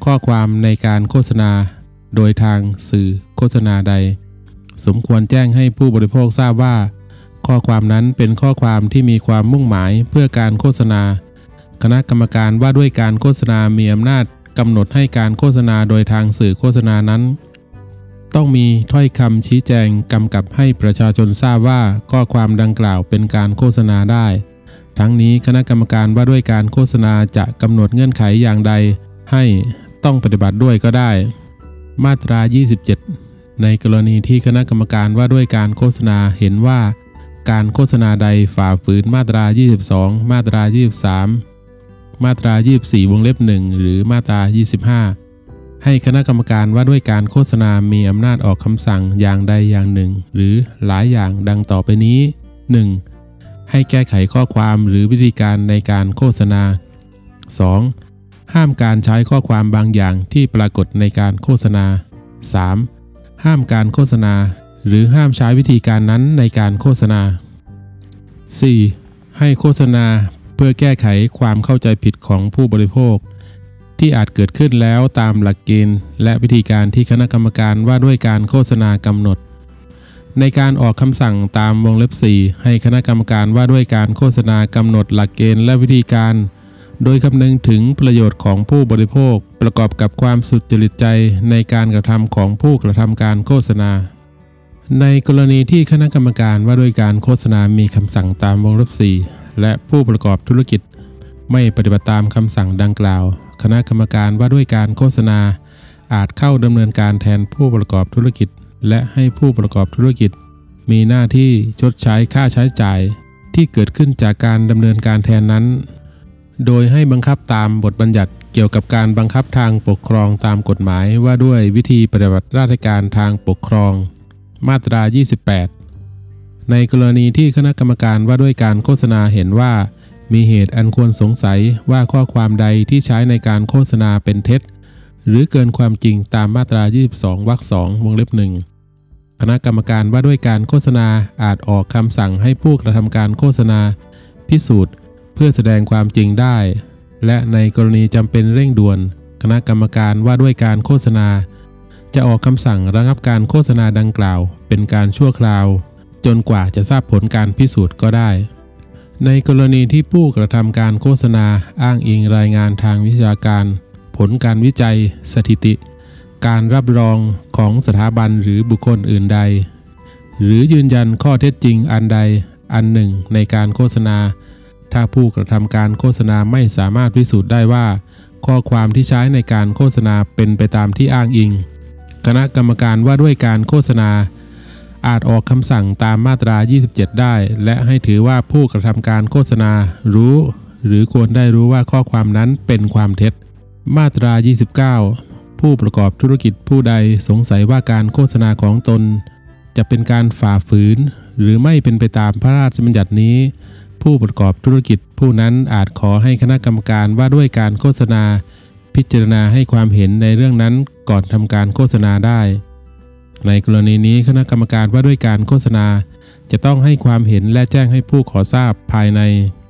ข้อความในการโฆษณาโดยทางสื่อโฆษณาใดสมควรแจ้งให้ผู้บริโภคทราบว่าข้อความนั้นเป็นข้อความที่มีความมุ่งหมายเพื่อการโฆษณาคณะกรรมการว่าด้วยการโฆษณามีอำนาจกำหนดให้การโฆษณาโดยทางสื่อโฆษณานั้นต้องมีถ้อยคำชี้แจงกำกับให้ประชาชนทราบว่าข้อความดังกล่าวเป็นการโฆษณาได้ทั้งนี้คณะกรรมการว่าด้วยการโฆษณาจะกำหนดเงื่อนไขอย่างใดให้ต้องปฏิบัติด้วยก็ได้มาตรา 27 ในกรณีที่คณะกรรมการว่าด้วยการโฆษณาเห็นว่าการโฆษณาใดฝ่าฝืนมาตรา 22 มาตรา 23 มาตรา 24 วงเล็บ 1 หรือมาตรา 25 ให้คณะกรรมการว่าด้วยการโฆษณามีอำนาจออกคำสั่งอย่างใดอย่างหนึ่งหรือหลายอย่างดังต่อไปนี้ 1. ให้แก้ไขข้อความหรือวิธีการในการโฆษณา 2. ห้ามการใช้ข้อความบางอย่างที่ปรากฏในการโฆษณา 3. ห้ามการโฆษณาหรือห้ามใช้วิธีการนั้นในการโฆษณา 4. ให้โฆษณาเพื่อแก้ไขความเข้าใจผิดของผู้บริโภคที่อาจเกิดขึ้นแล้วตามหลักเกณฑ์และวิธีการที่คณะกรรมการว่าด้วยการโฆษณากำหนดในการออกคำสั่งตามวงเล็บ 4 ให้คณะกรรมการว่าด้วยการโฆษณากำหนดหลักเกณฑ์และวิธีการโดยคำนึงถึงประโยชน์ของผู้บริโภคประกอบกับความสุจริตใจในการกระทำของผู้กระทำการโฆษณาในกรณีที่คณะกรรมการว่าด้วยการโฆษณามีคำสั่งตามวงเล็บ 4 และผู้ประกอบธุรกิจไม่ปฏิบัติตามคำสั่งดังกล่าวคณะกรรมการว่าด้วยการโฆษณาอาจเข้าดำเนินการแทนผู้ประกอบธุรกิจและให้ผู้ประกอบธุรกิจมีหน้าที่ชดใช้ค่าใช้จ่ายที่เกิดขึ้นจากการดำเนินการแทนนั้นโดยให้บังคับตามบทบัญญัติเกี่ยวกับการบังคับทางปกครองตามกฎหมายว่าด้วยวิธีปฏิบัติราชการทางปกครองมาตรา 28 ในกรณีที่คณะกรรมการว่าด้วยการโฆษณาเห็นว่ามีเหตุอันควรสงสัยว่าข้อความใดที่ใช้ในการโฆษณาเป็นเท็จหรือเกินความจริงตามมาตรา 22 วรรค 2 วงเล็บ 1 คณะกรรมการว่าด้วยการโฆษณาอาจออกคำสั่งให้ผู้กระทำการโฆษณาพิสูจน์เพื่อแสดงความจริงได้และในกรณีจำเป็นเร่งด่วนคณะกรรมการว่าด้วยการโฆษณาจะออกคำสั่งระงับการโฆษณาดังกล่าวเป็นการชั่วคราวจนกว่าจะทราบผลการพิสูจน์ก็ได้ในกรณีที่ผู้กระทำการโฆษณาอ้างอิงรายงานทางวิชาการผลการวิจัยสถิติการรับรองของสถาบันหรือบุคคลอื่นใดหรือยืนยันข้อเท็จจริงอันใดอันหนึ่งในการโฆษณาถ้าผู้กระทำการโฆษณาไม่สามารถพิสูจน์ได้ว่าข้อความที่ใช้ในการโฆษณาเป็นไปตามที่อ้างอิงคณะกรรมการว่าด้วยการโฆษณาอาจออกคำสั่งตามมาตรา 27 ได้และให้ถือว่าผู้กระทำการโฆษณารู้หรือควรได้รู้ว่าข้อความนั้นเป็นความเท็จมาตรา 29 ผู้ประกอบธุรกิจผู้ใดสงสัยว่าการโฆษณาของตนจะเป็นการฝ่าฝืนหรือไม่เป็นไปตามพระราชบัญญัตินี้ผู้ประกอบธุรกิจผู้นั้นอาจขอให้คณะกรรมการว่าด้วยการโฆษณาพิจารณาให้ความเห็นในเรื่องนั้นก่อนทำการโฆษณาได้ในกรณีนี้คณะกรรมการว่าด้วยการโฆษณาจะต้องให้ความเห็นและแจ้งให้ผู้ขอทราบภายใน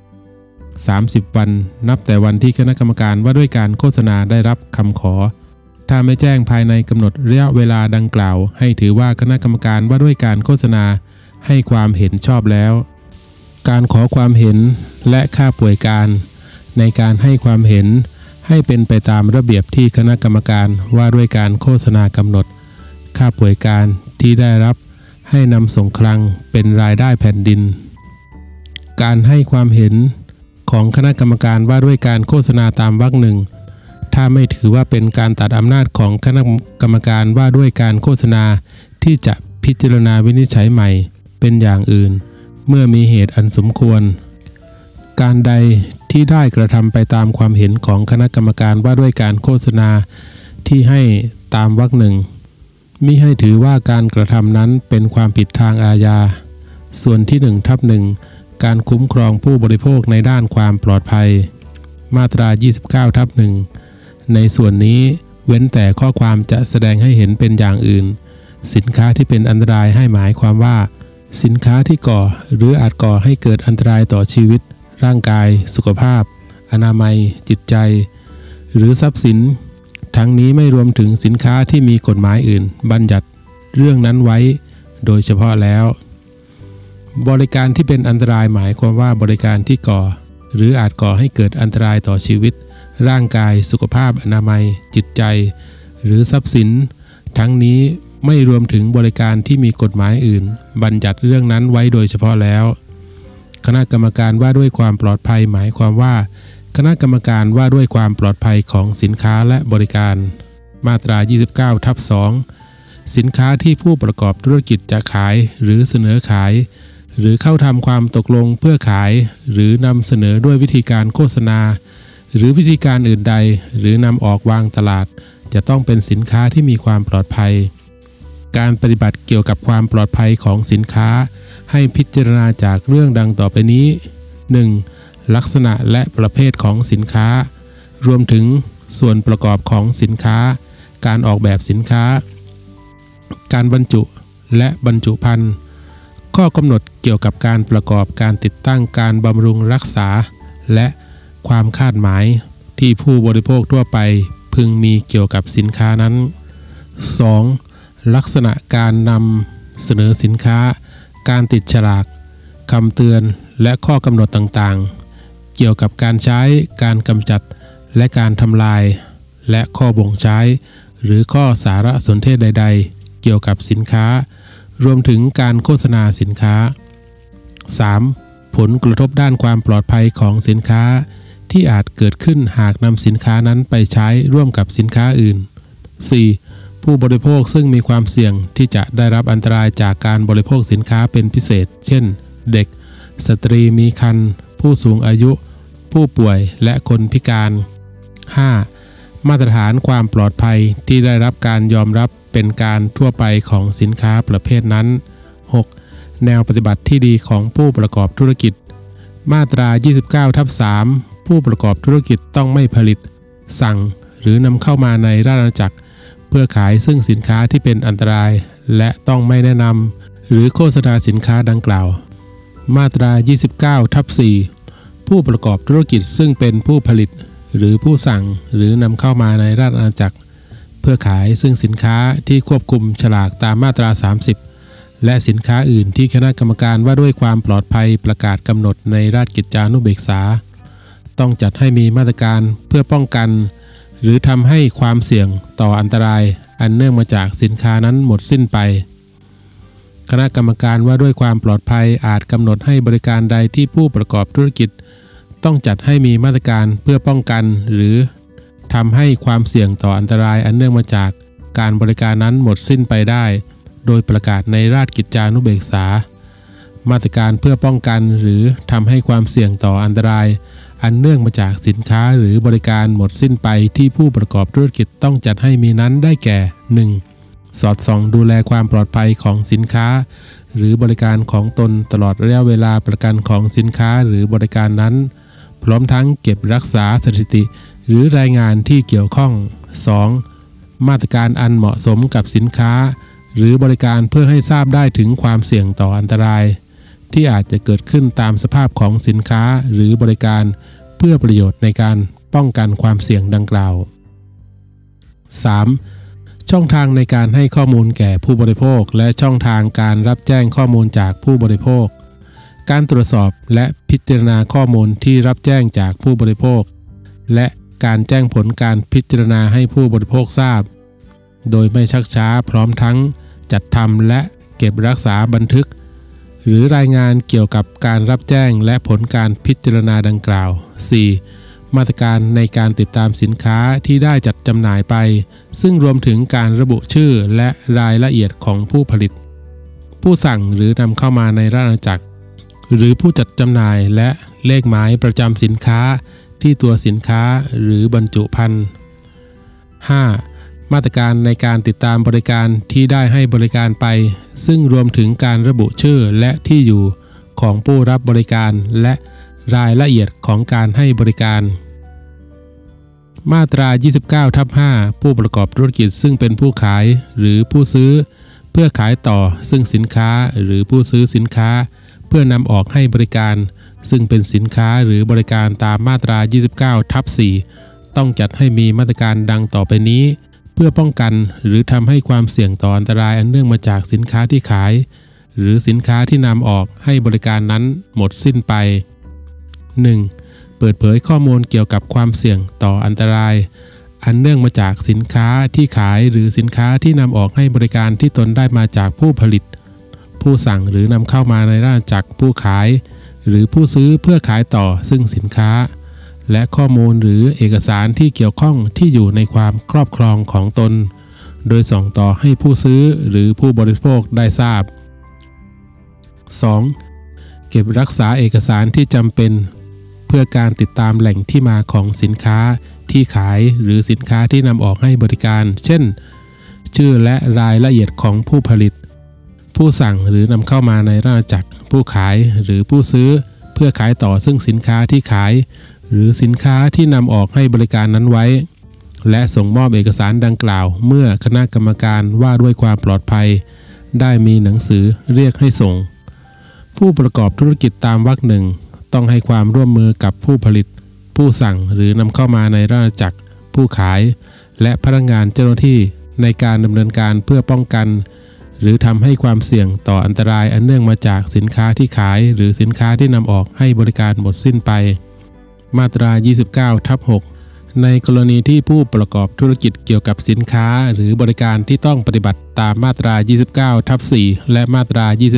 30 วันนับแต่วันที่คณะกรรมการว่าด้วยการโฆษณาได้รับคำขอถ้าไม่แจ้งภายในกำหนดระยะเวลาดังกล่าวให้ถือว่าคณะกรรมการว่าด้วยการโฆษณาให้ความเห็นชอบแล้วการขอความเห็นและค่าป่วยการในการให้ความเห็นให้เป็นไปตามระเบียบที่คณะกรรมการว่าด้วยการโฆษณากำหนดค่าป่วยการที่ได้รับให้นำส่งคลังเป็นรายได้แผ่นดินการให้ความเห็นของคณะกรรมการว่าด้วยการโฆษณาตามวรรค 1ถ้าไม่ถือว่าเป็นการตัดอำนาจของคณะกรรมการว่าด้วยการโฆษณาที่จะพิจารณาวินิจฉัยใหม่เป็นอย่างอื่นเมื่อมีเหตุอันสมควรการใดที่ได้กระทำไปตามความเห็นของคณะกรรมการว่าด้วยการโฆษณาที่ให้ตามวรรค 1มิให้ถือว่าการกระทำนั้นเป็นความผิดทางอาญาส่วนที่ 1/1 การคุ้มครองผู้บริโภคในด้านความปลอดภัยมาตรา 29/1 ในส่วนนี้เว้นแต่ข้อความจะแสดงให้เห็นเป็นอย่างอื่นสินค้าที่เป็นอันตรายให้หมายความว่าสินค้าที่ก่อหรืออาจก่อให้เกิดอันตรายต่อชีวิตร่างกายสุขภาพอนามัยจิตใจหรือทรัพย์สินทั้งนี้ไม่รวมถึงสินค้าที่มีกฎหมายอื่นบัญญัติเรื่องนั้นไว้โดยเฉพาะแล้วบริการที่เป็นอันตรายหมายความว่าบริการที่ก่อหรืออาจก่อให้เกิดอันตรายต่อชีวิตร่างกายสุขภาพอนามัยจิตใจหรือทรัพย์สินทั้งนี้ไม่รวมถึงบริการที่มีกฎหมายอื่นบัญญัติเรื่องนั้นไว้โดยเฉพาะแล้วคณะกรรมการว่าด้วยความปลอดภัยหมายความว่าคณะกรรมการว่าด้วยความปลอดภัยของสินค้าและบริการมาตรา 29/2 สินค้าที่ผู้ประกอบธุรกิจจะขายหรือเสนอขายหรือเข้าทำความตกลงเพื่อขายหรือนำเสนอด้วยวิธีการโฆษณาหรือวิธีการอื่นใดหรือนำออกวางตลาดจะต้องเป็นสินค้าที่มีความปลอดภัยการปฏิบัติเกี่ยวกับความปลอดภัยของสินค้าให้พิจารณาจากเรื่องดังต่อไปนี้ 1. ลักษณะและประเภทของสินค้ารวมถึงส่วนประกอบของสินค้าการออกแบบสินค้าการบรรจุและบรรจุภัณฑ์ข้อกำหนดเกี่ยวกับการประกอบการติดตั้งการบำรุงรักษาและความคาดหมายที่ผู้บริโภคทั่วไปพึงมีเกี่ยวกับสินค้านั้น 2. ลักษณะการนำเสนอสินค้าการติดฉลากคำเตือนและข้อกำหนดต่างๆเกี่ยวกับการใช้การกำจัดและการทำลายและข้อบ่งใช้หรือข้อสารสนเทศใดๆเกี่ยวกับสินค้ารวมถึงการโฆษณาสินค้า 3. ผลกระทบด้านความปลอดภัยของสินค้าที่อาจเกิดขึ้นหากนำสินค้านั้นไปใช้ร่วมกับสินค้าอื่น 4. ผู้บริโภคซึ่งมีความเสี่ยงที่จะได้รับอันตรายจากการบริโภคสินค้าเป็นพิเศษเช่นเด็กสตรีมีครรภ์ผู้สูงอายุผู้ป่วยและคนพิการ 5. มาตรฐานความปลอดภัยที่ได้รับการยอมรับเป็นการทั่วไปของสินค้าประเภทนั้น 6. แนวปฏิบัติที่ดีของผู้ประกอบธุรกิจมาตรา 29/3 ผู้ประกอบธุรกิจต้องไม่ผลิตสั่งหรือนำเข้ามาในราชอาณาจักรเพื่อขายซึ่งสินค้าที่เป็นอันตรายและต้องไม่แนะนำหรือโฆษณาสินค้าดังกล่าวมาตรา 29/4 ผู้ประกอบธุรกิจซึ่งเป็นผู้ผลิตหรือผู้สั่งหรือนำเข้ามาในราชอาณาจักรเพื่อขายซึ่งสินค้าที่ควบคุมฉลากตามมาตรา 30และสินค้าอื่นที่คณะกรรมการว่าด้วยความปลอดภัยประกาศกำหนดในราชกิจจานุเบกษาต้องจัดให้มีมาตรการเพื่อป้องกันหรือทำให้ความเสี่ยงต่ออันตรายอันเนื่องมาจากสินค้านั้นหมดสิ้นไปคณะกรรมการว่าด้วยความปลอดภัยอาจกำหนดให้บริการใดที่ผู้ประกอบธุรกิจต้องจัดให้มีมาตรการเพื่อป้องกันหรือทำให้ความเสี่ยงต่ออันตรายอันเนื่องมาจากการบริการนั้นหมดสิ้นไปได้โดยประกาศในราชกิจจานุเบกษามาตรการเพื่อป้องกันหรือทำให้ความเสี่ยงต่ออันตรายอันเนื่องมาจากสินค้าหรือบริการหมดสิ้นไปที่ผู้ประกอบธุรกิจต้องจัดให้มีนั้นได้แก่ 1. สอดส่องดูแลความปลอดภัยของสินค้าหรือบริการของตนตลอดระยะเวลาประกันของสินค้าหรือบริการนั้นพร้อมทั้งเก็บรักษาสถิติหรือรายงานที่เกี่ยวข้อง 2. มาตรการอันเหมาะสมกับสินค้าหรือบริการเพื่อให้ทราบได้ถึงความเสี่ยงต่ออันตรายที่อาจจะเกิดขึ้นตามสภาพของสินค้าหรือบริการเพื่อประโยชน์ในการป้องกันความเสี่ยงดังกล่าว 3. ช่องทางในการให้ข้อมูลแก่ผู้บริโภคและช่องทางการรับแจ้งข้อมูลจากผู้บริโภคการตรวจสอบและพิจารณาข้อมูลที่รับแจ้งจากผู้บริโภคและการแจ้งผลการพิจารณาให้ผู้บริโภคทราบโดยไม่ชักช้าพร้อมทั้งจัดทำและเก็บรักษาบันทึกหรือรายงานเกี่ยวกับการรับแจ้งและผลการพิจารณาดังกล่าว 4. มาตรการในการติดตามสินค้าที่ได้จัดจำหน่ายไปซึ่งรวมถึงการระบุชื่อและรายละเอียดของผู้ผลิตผู้สั่งหรือนำเข้ามาในราชอาณาจักรหรือผู้จัดจำหน่ายและเลขหมายประจำสินค้าที่ตัวสินค้าหรือบรรจุภัณฑ์ 5. มาตรการในการติดตามบริการที่ได้ให้บริการไปซึ่งรวมถึงการระบุชื่อและที่อยู่ของผู้รับบริการและรายละเอียดของการให้บริการมาตรา 29/5 ผู้ประกอบธุรกิจซึ่งเป็นผู้ขายหรือผู้ซื้อเพื่อขายต่อซึ่งสินค้าหรือผู้ซื้อสินค้าเพื่อนำออกให้บริการซึ่งเป็นสินค้าหรือบริการตามมาตรา 29/4 ต้องจัดให้มีมาตรการดังต่อไปนี้เพื่อป้องกันหรือทำให้ความเสี่ยงต่ออันตรายอันเนื่องมาจากสินค้าที่ขายหรือสินค้าที่นำออกให้บริการนั้นหมดสิ้นไป 1. เปิดเผยข้อมูลเกี่ยวกับความเสี่ยงต่ออันตรายอันเนื่องมาจากสินค้าที่ขายหรือสินค้าที่นำออกให้บริการที่ตนได้มาจากผู้ผลิตผู้สั่งหรือนำเข้ามาในราชอาณาจักรผู้ขายหรือผู้ซื้อเพื่อขายต่อซึ่งสินค้าและข้อมูลหรือเอกสารที่เกี่ยวข้องที่อยู่ในความครอบครองของตนโดยส่งต่อให้ผู้ซื้อหรือผู้บริโภคได้ทราบ 2. เก็บรักษาเอกสารที่จำเป็นเพื่อการติดตามแหล่งที่มาของสินค้าที่ขายหรือสินค้าที่นำออกให้บริการเช่นชื่อและรายละเอียดของผู้ผลิตผู้สั่งหรือนำเข้ามาในราชอาณาจักรผู้ขายหรือผู้ซื้อเพื่อขายต่อซึ่งสินค้าที่ขายหรือสินค้าที่นำออกให้บริการนั้นไว้และส่งมอบเอกสารดังกล่าวเมื่อคณะกรรมการว่าด้วยความปลอดภัยได้มีหนังสือเรียกให้ส่งผู้ประกอบธุรกิจตามวรรคหนึ่งต้องให้ความร่วมมือกับผู้ผลิตผู้สั่งหรือนำเข้ามาในราชอาณาจักรผู้ขายและพนักงานเจ้าหน้าที่ในการดำเนินการเพื่อป้องกันหรือทำให้ความเสี่ยงต่ออันตรายอันเนื่องมาจากสินค้าที่ขายหรือสินค้าที่นำออกให้บริการหมดสิ้นไปมาตรา 29/6 ในกรณีที่ผู้ประกอบธุรกิจเกี่ยวกับสินค้าหรือบริการที่ต้องปฏิบัติตามมาตรา 29/4 และมาตรา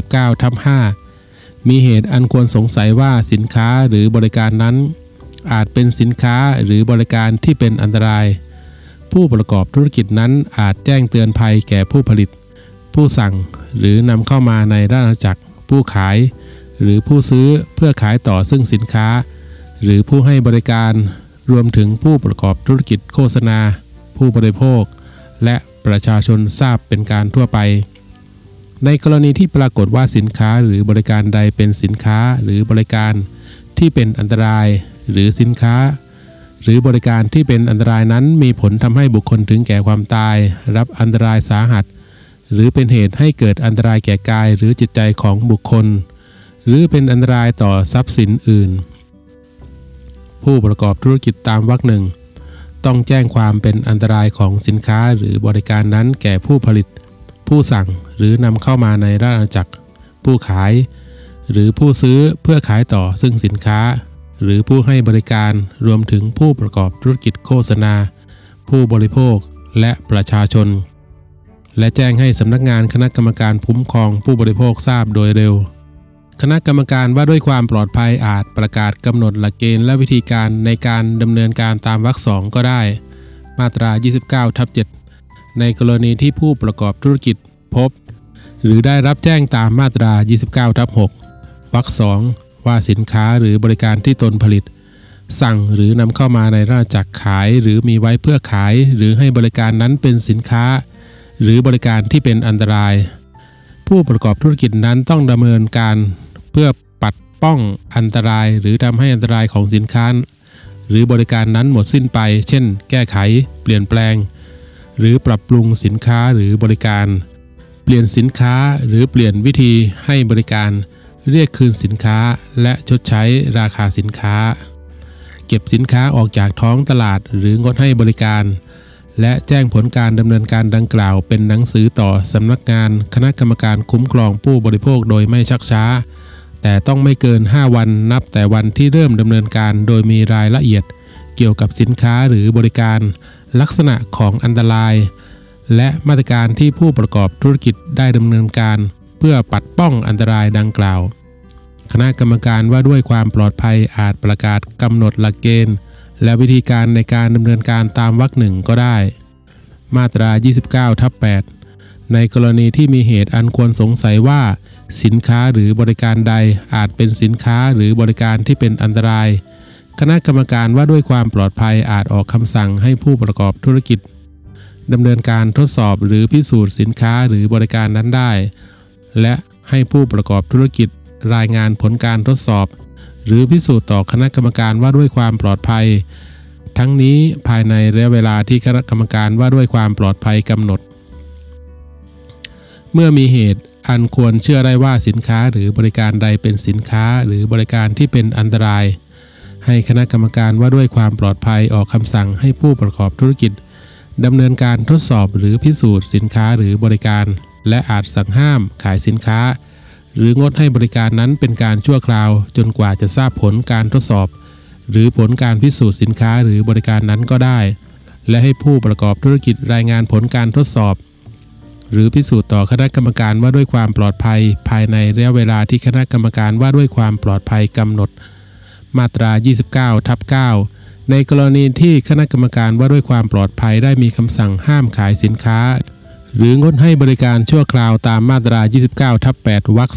29/5 มีเหตุอันควรสงสัยว่าสินค้าหรือบริการนั้นอาจเป็นสินค้าหรือบริการที่เป็นอันตรายผู้ประกอบธุรกิจนั้นอาจแจ้งเตือนภัยแก่ผู้ผลิตผู้สั่งหรือนำเข้ามาในราชอาณาจักรผู้ขายหรือผู้ซื้อเพื่อขายต่อซึ่งสินค้าหรือผู้ให้บริการรวมถึงผู้ประกอบธุรกิจโฆษณาผู้บริโภคและประชาชนทราบเป็นการทั่วไปในกรณีที่ปรากฏว่าสินค้าหรือบริการใดเป็นสินค้าหรือบริการที่เป็นอันตรายหรือสินค้าหรือบริการที่เป็นอันตรายนั้นมีผลทำให้บุคคลถึงแก่ความตายรับอันตรายสาหัสหรือเป็นเหตุให้เกิดอันตรายแก่กายหรือจิตใจของบุคคลหรือเป็นอันตรายต่อทรัพย์สินอื่นผู้ประกอบธุรกิจตามวรรคหนึ่งต้องแจ้งความเป็นอันตรายของสินค้าหรือบริการนั้นแก่ผู้ผลิตผู้สั่งหรือนำเข้ามาในราชอาณาจักรผู้ขายหรือผู้ซื้อเพื่อขายต่อซึ่งสินค้าหรือผู้ให้บริการรวมถึงผู้ประกอบธุรกิจโฆษณาผู้บริโภคและประชาชนและแจ้งให้สำนักงานคณะกรรมการคุ้มครองผู้บริโภคทราบโดยเร็วคณะกรรมการว่าด้วยความปลอดภัยอาจประกาศกำหนดหลักเกณฑ์และวิธีการในการดำเนินการตามวรรค 2ก็ได้มาตรา 29/7 ในกรณีที่ผู้ประกอบธุรกิจพบหรือได้รับแจ้งตามมาตรา 29/6 วรรค 2ว่าสินค้าหรือบริการที่ตนผลิตสั่งหรือนำเข้ามาในราชอาณาจักรขายหรือมีไว้เพื่อขายหรือให้บริการนั้นเป็นสินค้าหรือบริการที่เป็นอันตรายผู้ประกอบธุรกิจนั้นต้องดำเนินการเพื่อปัดป้องอันตรายหรือทำให้อันตรายของสินค้าหรือบริการนั้นหมดสิ้นไปเช่นแก้ไขเปลี่ยนแปลงหรือปรับปรุงสินค้าหรือบริการเปลี่ยนสินค้าหรือเปลี่ยนวิธีให้บริการเรียกคืนสินค้าและชดใช้ราคาสินค้าเก็บสินค้าออกจากท้องตลาดหรืองดให้บริการและแจ้งผลการดำเนินการดังกล่าวเป็นหนังสือต่อสำนักงานคณะกรรมการคุ้มครองผู้บริโภคโดยไม่ชักช้าแต่ต้องไม่เกิน5วันนับแต่วันที่เริ่มดำเนินการโดยมีรายละเอียดเกี่ยวกับสินค้าหรือบริการลักษณะของอันตรายและมาตรการที่ผู้ประกอบธุรกิจได้ดำเนินการเพื่อปัดป้องอันตรายดังกล่าวคณะกรรมการว่าด้วยความปลอดภัยอาจประกาศกำหนดหลักเกณฑ์และวิธีการในการดำเนินการตามวรรค 1ก็ได้มาตรา 29/8 ในกรณีที่มีเหตุอันควรสงสัยว่าสินค้าหรือบริการใดอาจเป็นสินค้าหรือบริการที่เป็นอันตรายคณะกรรมการว่าด้วยความปลอดภัยอาจออกคำสั่งให้ผู้ประกอบธุรกิจดำเนินการทดสอบหรือพิสูจน์สินค้าหรือบริการนั้นได้และให้ผู้ประกอบธุรกิจรายงานผลการทดสอบหรือพิสูจน์ต่อคณะกรรมการว่าด้วยความปลอดภัยทั้งนี้ภายในระยะเวลาที่คณะกรรมการว่าด้วยความปลอดภัยกำหนดเมื่อมีเหตุอันควรเชื่อได้ว่าสินค้าหรือบริการใดเป็นสินค้าหรือบริการที่เป็นอันตรายให้คณะกรรมการว่าด้วยความปลอดภัยออกคำสั่งให้ผู้ประกอบธุรกิจดำเนินการทดสอบหรือพิสูจน์สินค้าหรือบริการและอาจสั่งห้ามขายสินค้าหรืองดให้บริการนั้นเป็นการชั่วคราวจนกว่าจะทราบผลการทดสอบหรือผลการพิสูจน์สินค้าหรือบริการนั้นก็ได้และให้ผู้ประกอบธุรกิจรายงานผลการทดสอบหรือพิสูจน์ต่อคณะกรรมการว่าด้วยความปลอดภัยภายในระยะเวลาที่คณะกรรมการว่าด้วยความปลอดภัยกำหนดมาตรา 29/9 ในกรณีที่คณะกรรมการว่าด้วยความปลอดภัยได้มีคำสั่งห้ามขายสินค้าหรืองดให้บริการชั่วคราวตามมาตรา 29/8 วรรค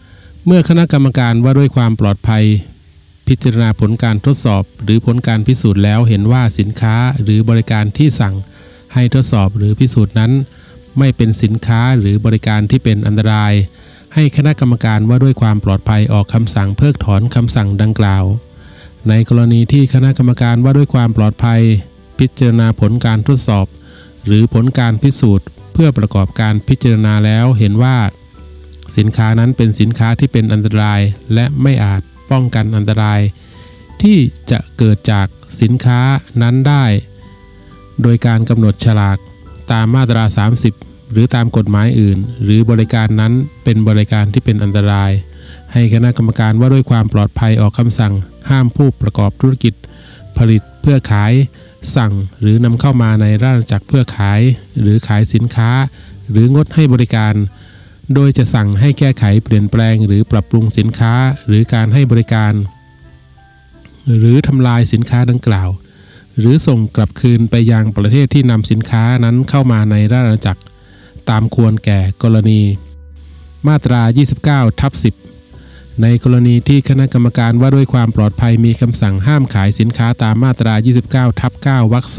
2 เมื่อคณะกรรมการว่าด้วยความปลอดภัยพิจารณาผลการทดสอบหรือผลการพิสูจน์แล้วเห็นว่าสินค้าหรือบริการที่สั่งให้ทดสอบหรือพิสูจน์นั้นไม่เป็นสินค้าหรือบริการที่เป็นอันตรายให้คณะกรรมการว่าด้วยความปลอดภัยออกคำสั่งเพิกถอนคำสั่งดังกล่าวในกรณีที่คณะกรรมการว่าด้วยความปลอดภัยพิจารณาผลการทดสอบหรือผลการพิสูจน์เพื่อประกอบการพิจารณาแล้วเห็นว่าสินค้านั้นเป็นสินค้าที่เป็นอันตรายและไม่อาจป้องกันอันตรายที่จะเกิดจากสินค้านั้นได้โดยการกำหนดฉลากตามมาตรา 30 หรือตามกฎหมายอื่นหรือบริการนั้นเป็นบริการที่เป็นอันตรายให้คณะกรรมการว่าด้วยความปลอดภัยออกคำสั่งห้ามผู้ประกอบธุรกิจผลิตเพื่อขายสั่งหรือนำเข้ามาในราชอาณาจักรเพื่อขายหรือขายสินค้าหรืองดให้บริการโดยจะสั่งให้แก้ไขเปลี่ยนแปลงหรือปรับปรุงสินค้าหรือการให้บริการหรือทำลายสินค้าดังกล่าวหรือส่งกลับคืนไปยังประเทศที่นำสินค้านั้นเข้ามาในราชอาณาจักรตามควรแก่กรณีมาตรา 29/10 ในกรณีที่คณะกรรมการว่าด้วยความปลอดภัยมีคำสั่งห้ามขายสินค้าตามมาตรา 29/9 วรรค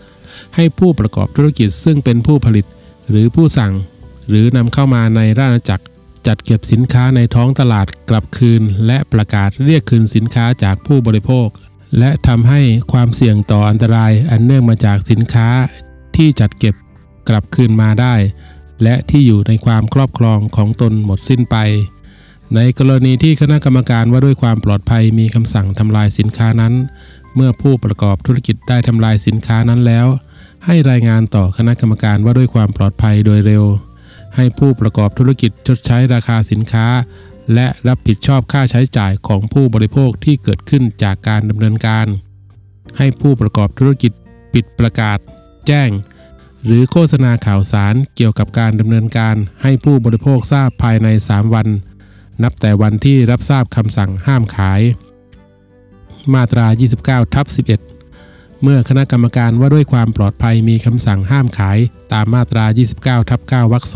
2 ให้ผู้ประกอบธุรกิจซึ่งเป็นผู้ผลิตหรือผู้สั่งหรือนำเข้ามาในราชอาณาจักรจัดเก็บสินค้าในท้องตลาดกลับคืนและประกาศเรียกคืนสินค้าจากผู้บริโภคและทำให้ความเสี่ยงต่ออันตรายอันเนื่องมาจากสินค้าที่จัดเก็บกลับคืนมาได้และที่อยู่ในความครอบครองของตนหมดสิ้นไปในกรณีที่คณะกรรมการว่าด้วยความปลอดภัยมีคำสั่งทำลายสินค้านั้นเมื่อผู้ประกอบธุรกิจได้ทำลายสินค้านั้นแล้วให้รายงานต่อคณะกรรมการว่าด้วยความปลอดภัยโดยเร็วให้ผู้ประกอบธุรกิจชดใช้ราคาสินค้าและรับผิดชอบค่าใช้จ่ายของผู้บริโภคที่เกิดขึ้นจากการดำเนินการให้ผู้ประกอบธุรกิจปิดประกาศแจ้งหรือโฆษณาข่าวสารเกี่ยวกับการดำเนินการให้ผู้บริโภคทราบภายใน3 วันนับแต่วันที่รับทราบคำสั่งห้ามขายมาตรา 29/11 เมื่อคณะกรรมการว่าด้วยความปลอดภัยมีคำสั่งห้ามขายตามมาตรา 29/9 วรรค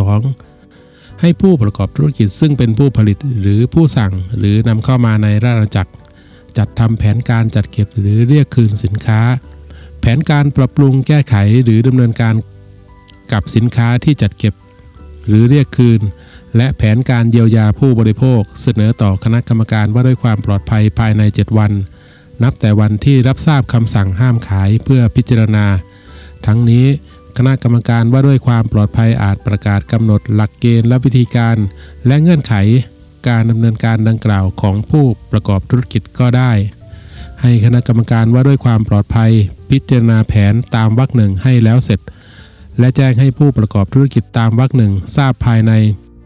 2 ให้ผู้ประกอบธุรกิจซึ่งเป็นผู้ผลิตหรือผู้สั่งหรือนำเข้ามาในราชอาณาจักรจัดทำแผนการจัดเก็บหรือเรียกคืนสินค้าแผนการปรับปรุงแก้ไขหรือดำเนินการกับสินค้าที่จัดเก็บหรือเรียกคืนและแผนการเยียวยาผู้บริโภคเสนอต่อคณะกรรมการว่าด้วยความปลอดภัยภายใน7 วันนับแต่วันที่รับทราบคำสั่งห้ามขายเพื่อพิจารณาทั้งนี้คณะกรรมการว่าด้วยความปลอดภัยอาจประกาศกำหนดหลักเกณฑ์และวิธีการและเงื่อนไขการดำเนินการดังกล่าวของผู้ประกอบธุรกิจก็ได้ให้คณะกรรมการว่าด้วยความปลอดภัยพิจารณาแผนตามวรรค 1ให้แล้วเสร็จและแจ้งให้ผู้ประกอบธุรกิจตามวรรค 1ทราบภายใน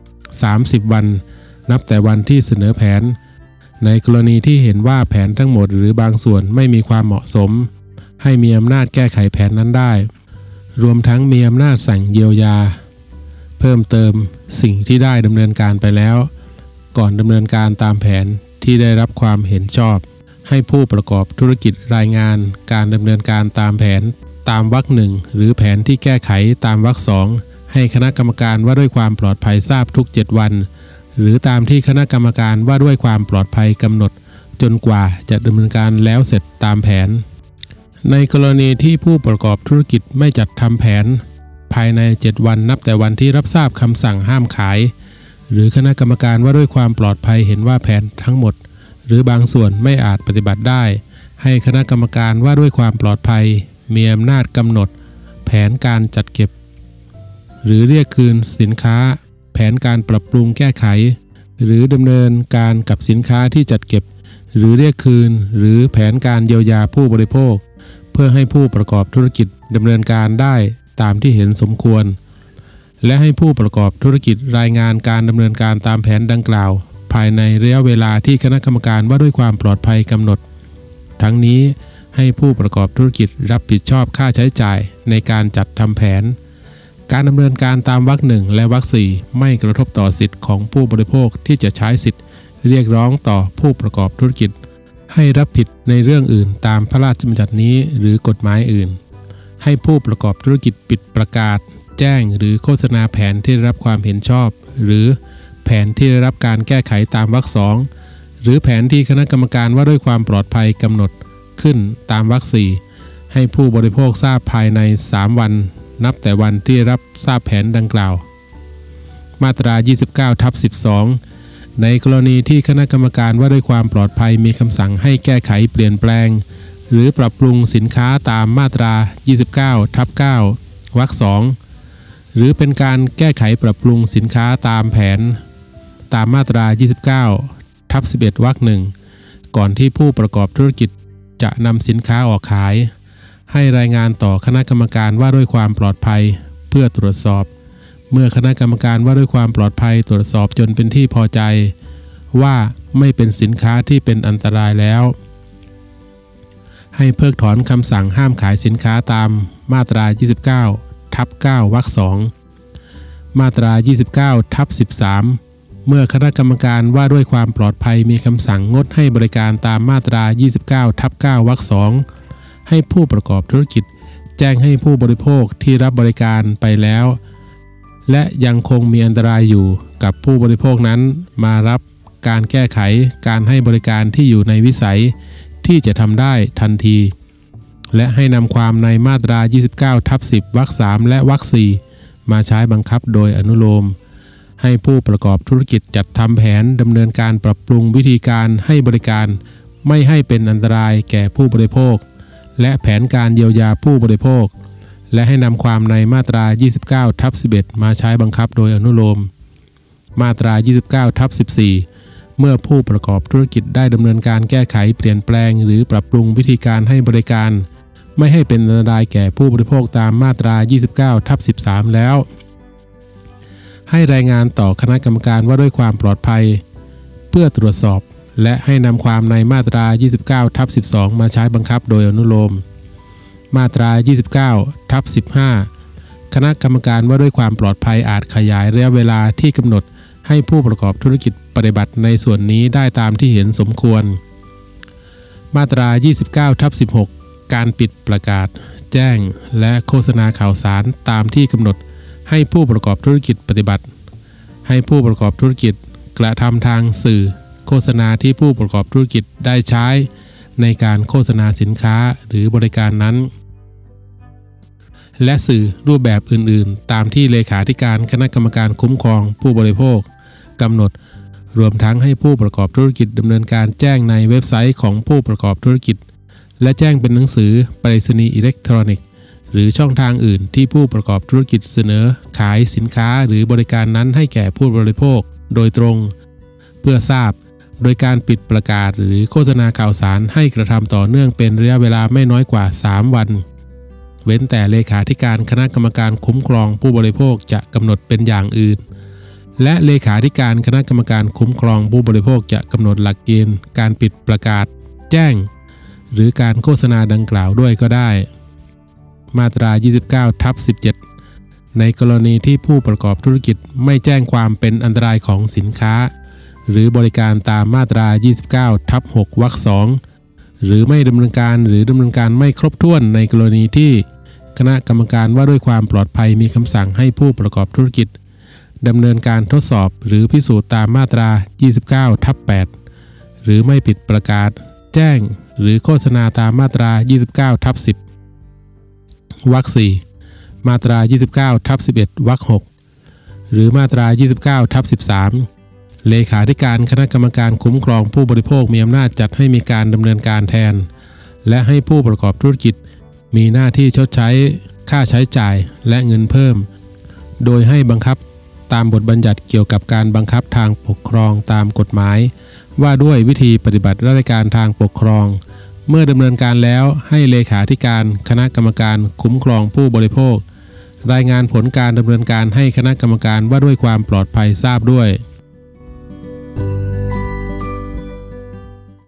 30 วันนับแต่วันที่เสนอแผนในกรณีที่เห็นว่าแผนทั้งหมดหรือบางส่วนไม่มีความเหมาะสมให้มีอำนาจแก้ไขแผนนั้นได้รวมทั้งมีอำนาจสั่งเยียวยาเพิ่มเติมสิ่งที่ได้ดำเนินการไปแล้วก่อนดำเนินการตามแผนที่ได้รับความเห็นชอบให้ผู้ประกอบธุรกิจรายงานการดำเนินการตามแผนตามวรรค 1หรือแผนที่แก้ไขตามวรรค 2ให้คณะกรรมการว่าด้วยความปลอดภัยทราบทุก7 วันหรือตามที่คณะกรรมการว่าด้วยความปลอดภัยกำหนดจนกว่าจะดำเนินการแล้วเสร็จตามแผนในกรณีที่ผู้ประกอบธุรกิจไม่จัดทำแผนภายใน7 วันนับแต่วันที่รับทราบคำสั่งห้ามขายหรือคณะกรรมการว่าด้วยความปลอดภัยเห็นว่าแผนทั้งหมดหรือบางส่วนไม่อาจปฏิบัติได้ให้คณะกรรมการว่าด้วยความปลอดภัยมีอำนาจกำหนดแผนการจัดเก็บหรือเรียกคืนสินค้าแผนการปรับปรุงแก้ไขหรือดำเนินการกับสินค้าที่จัดเก็บหรือเรียกคืนหรือแผนการเยียวยาผู้บริโภคเพื่อให้ผู้ประกอบธุรกิจดำเนินการได้ตามที่เห็นสมควรและให้ผู้ประกอบธุรกิจรายงานการดำเนินการตามแผนดังกล่าวภายในระยะเวลาที่คณะกรรมการว่าด้วยความปลอดภัยกำหนดทั้งนี้ให้ผู้ประกอบธุรกิจรับผิดชอบค่าใช้จ่ายในการจัดทำแผนการดำเนินการตามวรรค 1และวรรค 4ไม่กระทบต่อสิทธิของผู้บริโภคที่จะใช้สิทธิเรียกร้องต่อผู้ประกอบธุรกิจให้รับผิดในเรื่องอื่นตามพระราชบัญญัตินี้หรือกฎหมายอื่นให้ผู้ประกอบธุรกิจปิดประกาศแจ้งหรือโฆษณาแผนที่ได้รับความเห็นชอบหรือแผนที่ได้รับการแก้ไขตามวรรค 2หรือแผนที่คณะกรรมการว่าด้วยความปลอดภัยกำหนดขึ้นตามวรรค 4ให้ผู้บริโภคทราบภายใน3วันนับแต่วันที่รับทราบแผนดังกล่าวมาตรา 29/12 ในกรณีที่คณะกรรมการว่าด้วยความปลอดภัยมีคำสั่งให้แก้ไขเปลี่ยนแปลงหรือปรับปรุงสินค้าตามมาตรา 29/9 วรรค 2หรือเป็นการแก้ไขปรับปรุงสินค้าตามแผนตามมาตรา 29/11 วรรค 1ก่อนที่ผู้ประกอบธุรกิจจะนำสินค้าออกขายให้รายงานต่อคณะกรรมการว่าด้วยความปลอดภัยเพื่อตรวจสอบเมื่อคณะกรรมการว่าด้วยความปลอดภัยตรวจสอบจนเป็นที่พอใจว่าไม่เป็นสินค้าที่เป็นอันตรายแล้วให้เพิกถอนคำสั่งห้ามขายสินค้าตามมาตรา 29/9 วรรค 2มาตรา 29/13 เมื่อคณะกรรมการว่าด้วยความปลอดภัยมีคำสั่งงดให้บริการตามมาตรา 29/9 วรรค 2ให้ผู้ประกอบธุรกิจแจ้งให้ผู้บริโภคที่รับบริการไปแล้วและยังคงมีอันตรายอยู่กับผู้บริโภคนั้นมารับการแก้ไขการให้บริการที่อยู่ในวิสัยที่จะทำได้ทันทีและให้นำความในมาตรา 29/10 วรรค 3และวรรค 4มาใช้บังคับโดยอนุโลมให้ผู้ประกอบธุรกิจจัดทำแผนดำเนินการปรับปรุงวิธีการให้บริการไม่ให้เป็นอันตรายแก่ผู้บริโภคและแผนการเยียวยาผู้บริโภคและให้นำความในมาตรา 29/11 มาใช้บังคับโดยอนุโลมมาตรา 29/14 เมื่อผู้ประกอบธุรกิจได้ดำเนินการแก้ไขเปลี่ยนแปลงหรือปรับปรุงวิธีการให้บริการไม่ให้เป็นอันตรายแก่ผู้บริโภคตามมาตรา 29/13 แล้วให้รายงานต่อคณะกรรมการว่าด้วยความปลอดภัยเพื่อตรวจสอบและให้นำความในมาตรา 29/12 มาใช้บังคับโดยอนุโลมมาตรา 29/15 คณะกรรมการว่าด้วยความปลอดภัยอาจขยายระยะเวลาที่กำหนดให้ผู้ประกอบธุรกิจปฏิบัติในส่วนนี้ได้ตามที่เห็นสมควรมาตรา 29/16 การปิดประกาศแจ้งและโฆษณาข่าวสารตามที่กำหนดให้ผู้ประกอบธุรกิจปฏิบัติให้ผู้ประกอบธุรกิจกระทำทางสื่อโฆษณาที่ผู้ประกอบธุรกิจได้ใช้ในการโฆษณาสินค้าหรือบริการนั้นและสื่อรูปแบบอื่นๆตามที่เลขาธิการคณะกรรมการคุ้มครองผู้บริโภคกำหนดรวมทั้งให้ผู้ประกอบธุรกิจดำเนินการแจ้งในเว็บไซต์ของผู้ประกอบธุรกิจและแจ้งเป็นหนังสือไปรษณีย์อิเล็กทรอนิกส์หรือช่องทางอื่นที่ผู้ประกอบธุรกิจเสนอขายสินค้าหรือบริการนั้นให้แก่ผู้บริโภคโดยตรงเพื่อทราบโดยการปิดประกาศหรือโฆษณาข่าวสารให้กระทำต่อเนื่องเป็นระยะเวลาไม่น้อยกว่า3วันเว้นแต่เลขาธิการคณะกรรมการคุ้มครองผู้บริโภคจะกำหนดเป็นอย่างอื่นและเลขาธิการคณะกรรมการคุ้มครองผู้บริโภคจะกำหนดหลักเกณฑ์การปิดประกาศแจ้งหรือการโฆษณาดังกล่าวด้วยก็ได้มาตรา 29/17 ในกรณีที่ผู้ประกอบธุรกิจไม่แจ้งความเป็นอันตรายของสินค้าหรือบริการตามมาตรา 29/6 วรรค 2หรือไม่ดำเนินการหรือดำเนินการไม่ครบถ้วนในกรณีที่คณะกรรมการว่าด้วยความปลอดภัยมีคำสั่งให้ผู้ประกอบธุรกิจดำเนินการทดสอบหรือพิสูจน์ตามมาตรา 29/8 หรือไม่ผิดประกาศแจ้งหรือโฆษณาตามมาตรา 29/10 วรรค 4มาตรา 29/11 วรรค 6หรือมาตรา 29/13 เลขาธิการคณะกรรมการคุ้มครองผู้บริโภคมีอำนาจจัดให้มีการดำเนินการแทนและให้ผู้ประกอบธุรกิจมีหน้าที่ชดใช้ค่าใช้จ่ายและเงินเพิ่มโดยให้บังคับตามบทบัญญัติเกี่ยวกับการบังคับทางปกครองตามกฎหมายว่าด้วยวิธีปฏิบัติราชการทางปกครองเมื่อดำเนินการแล้วให้เลขาธิการคณะกรรมการคุ้มครองผู้บริโภครายงานผลการดำเนินการให้คณะกรรมการว่าด้วยความปลอดภัยทราบด้วย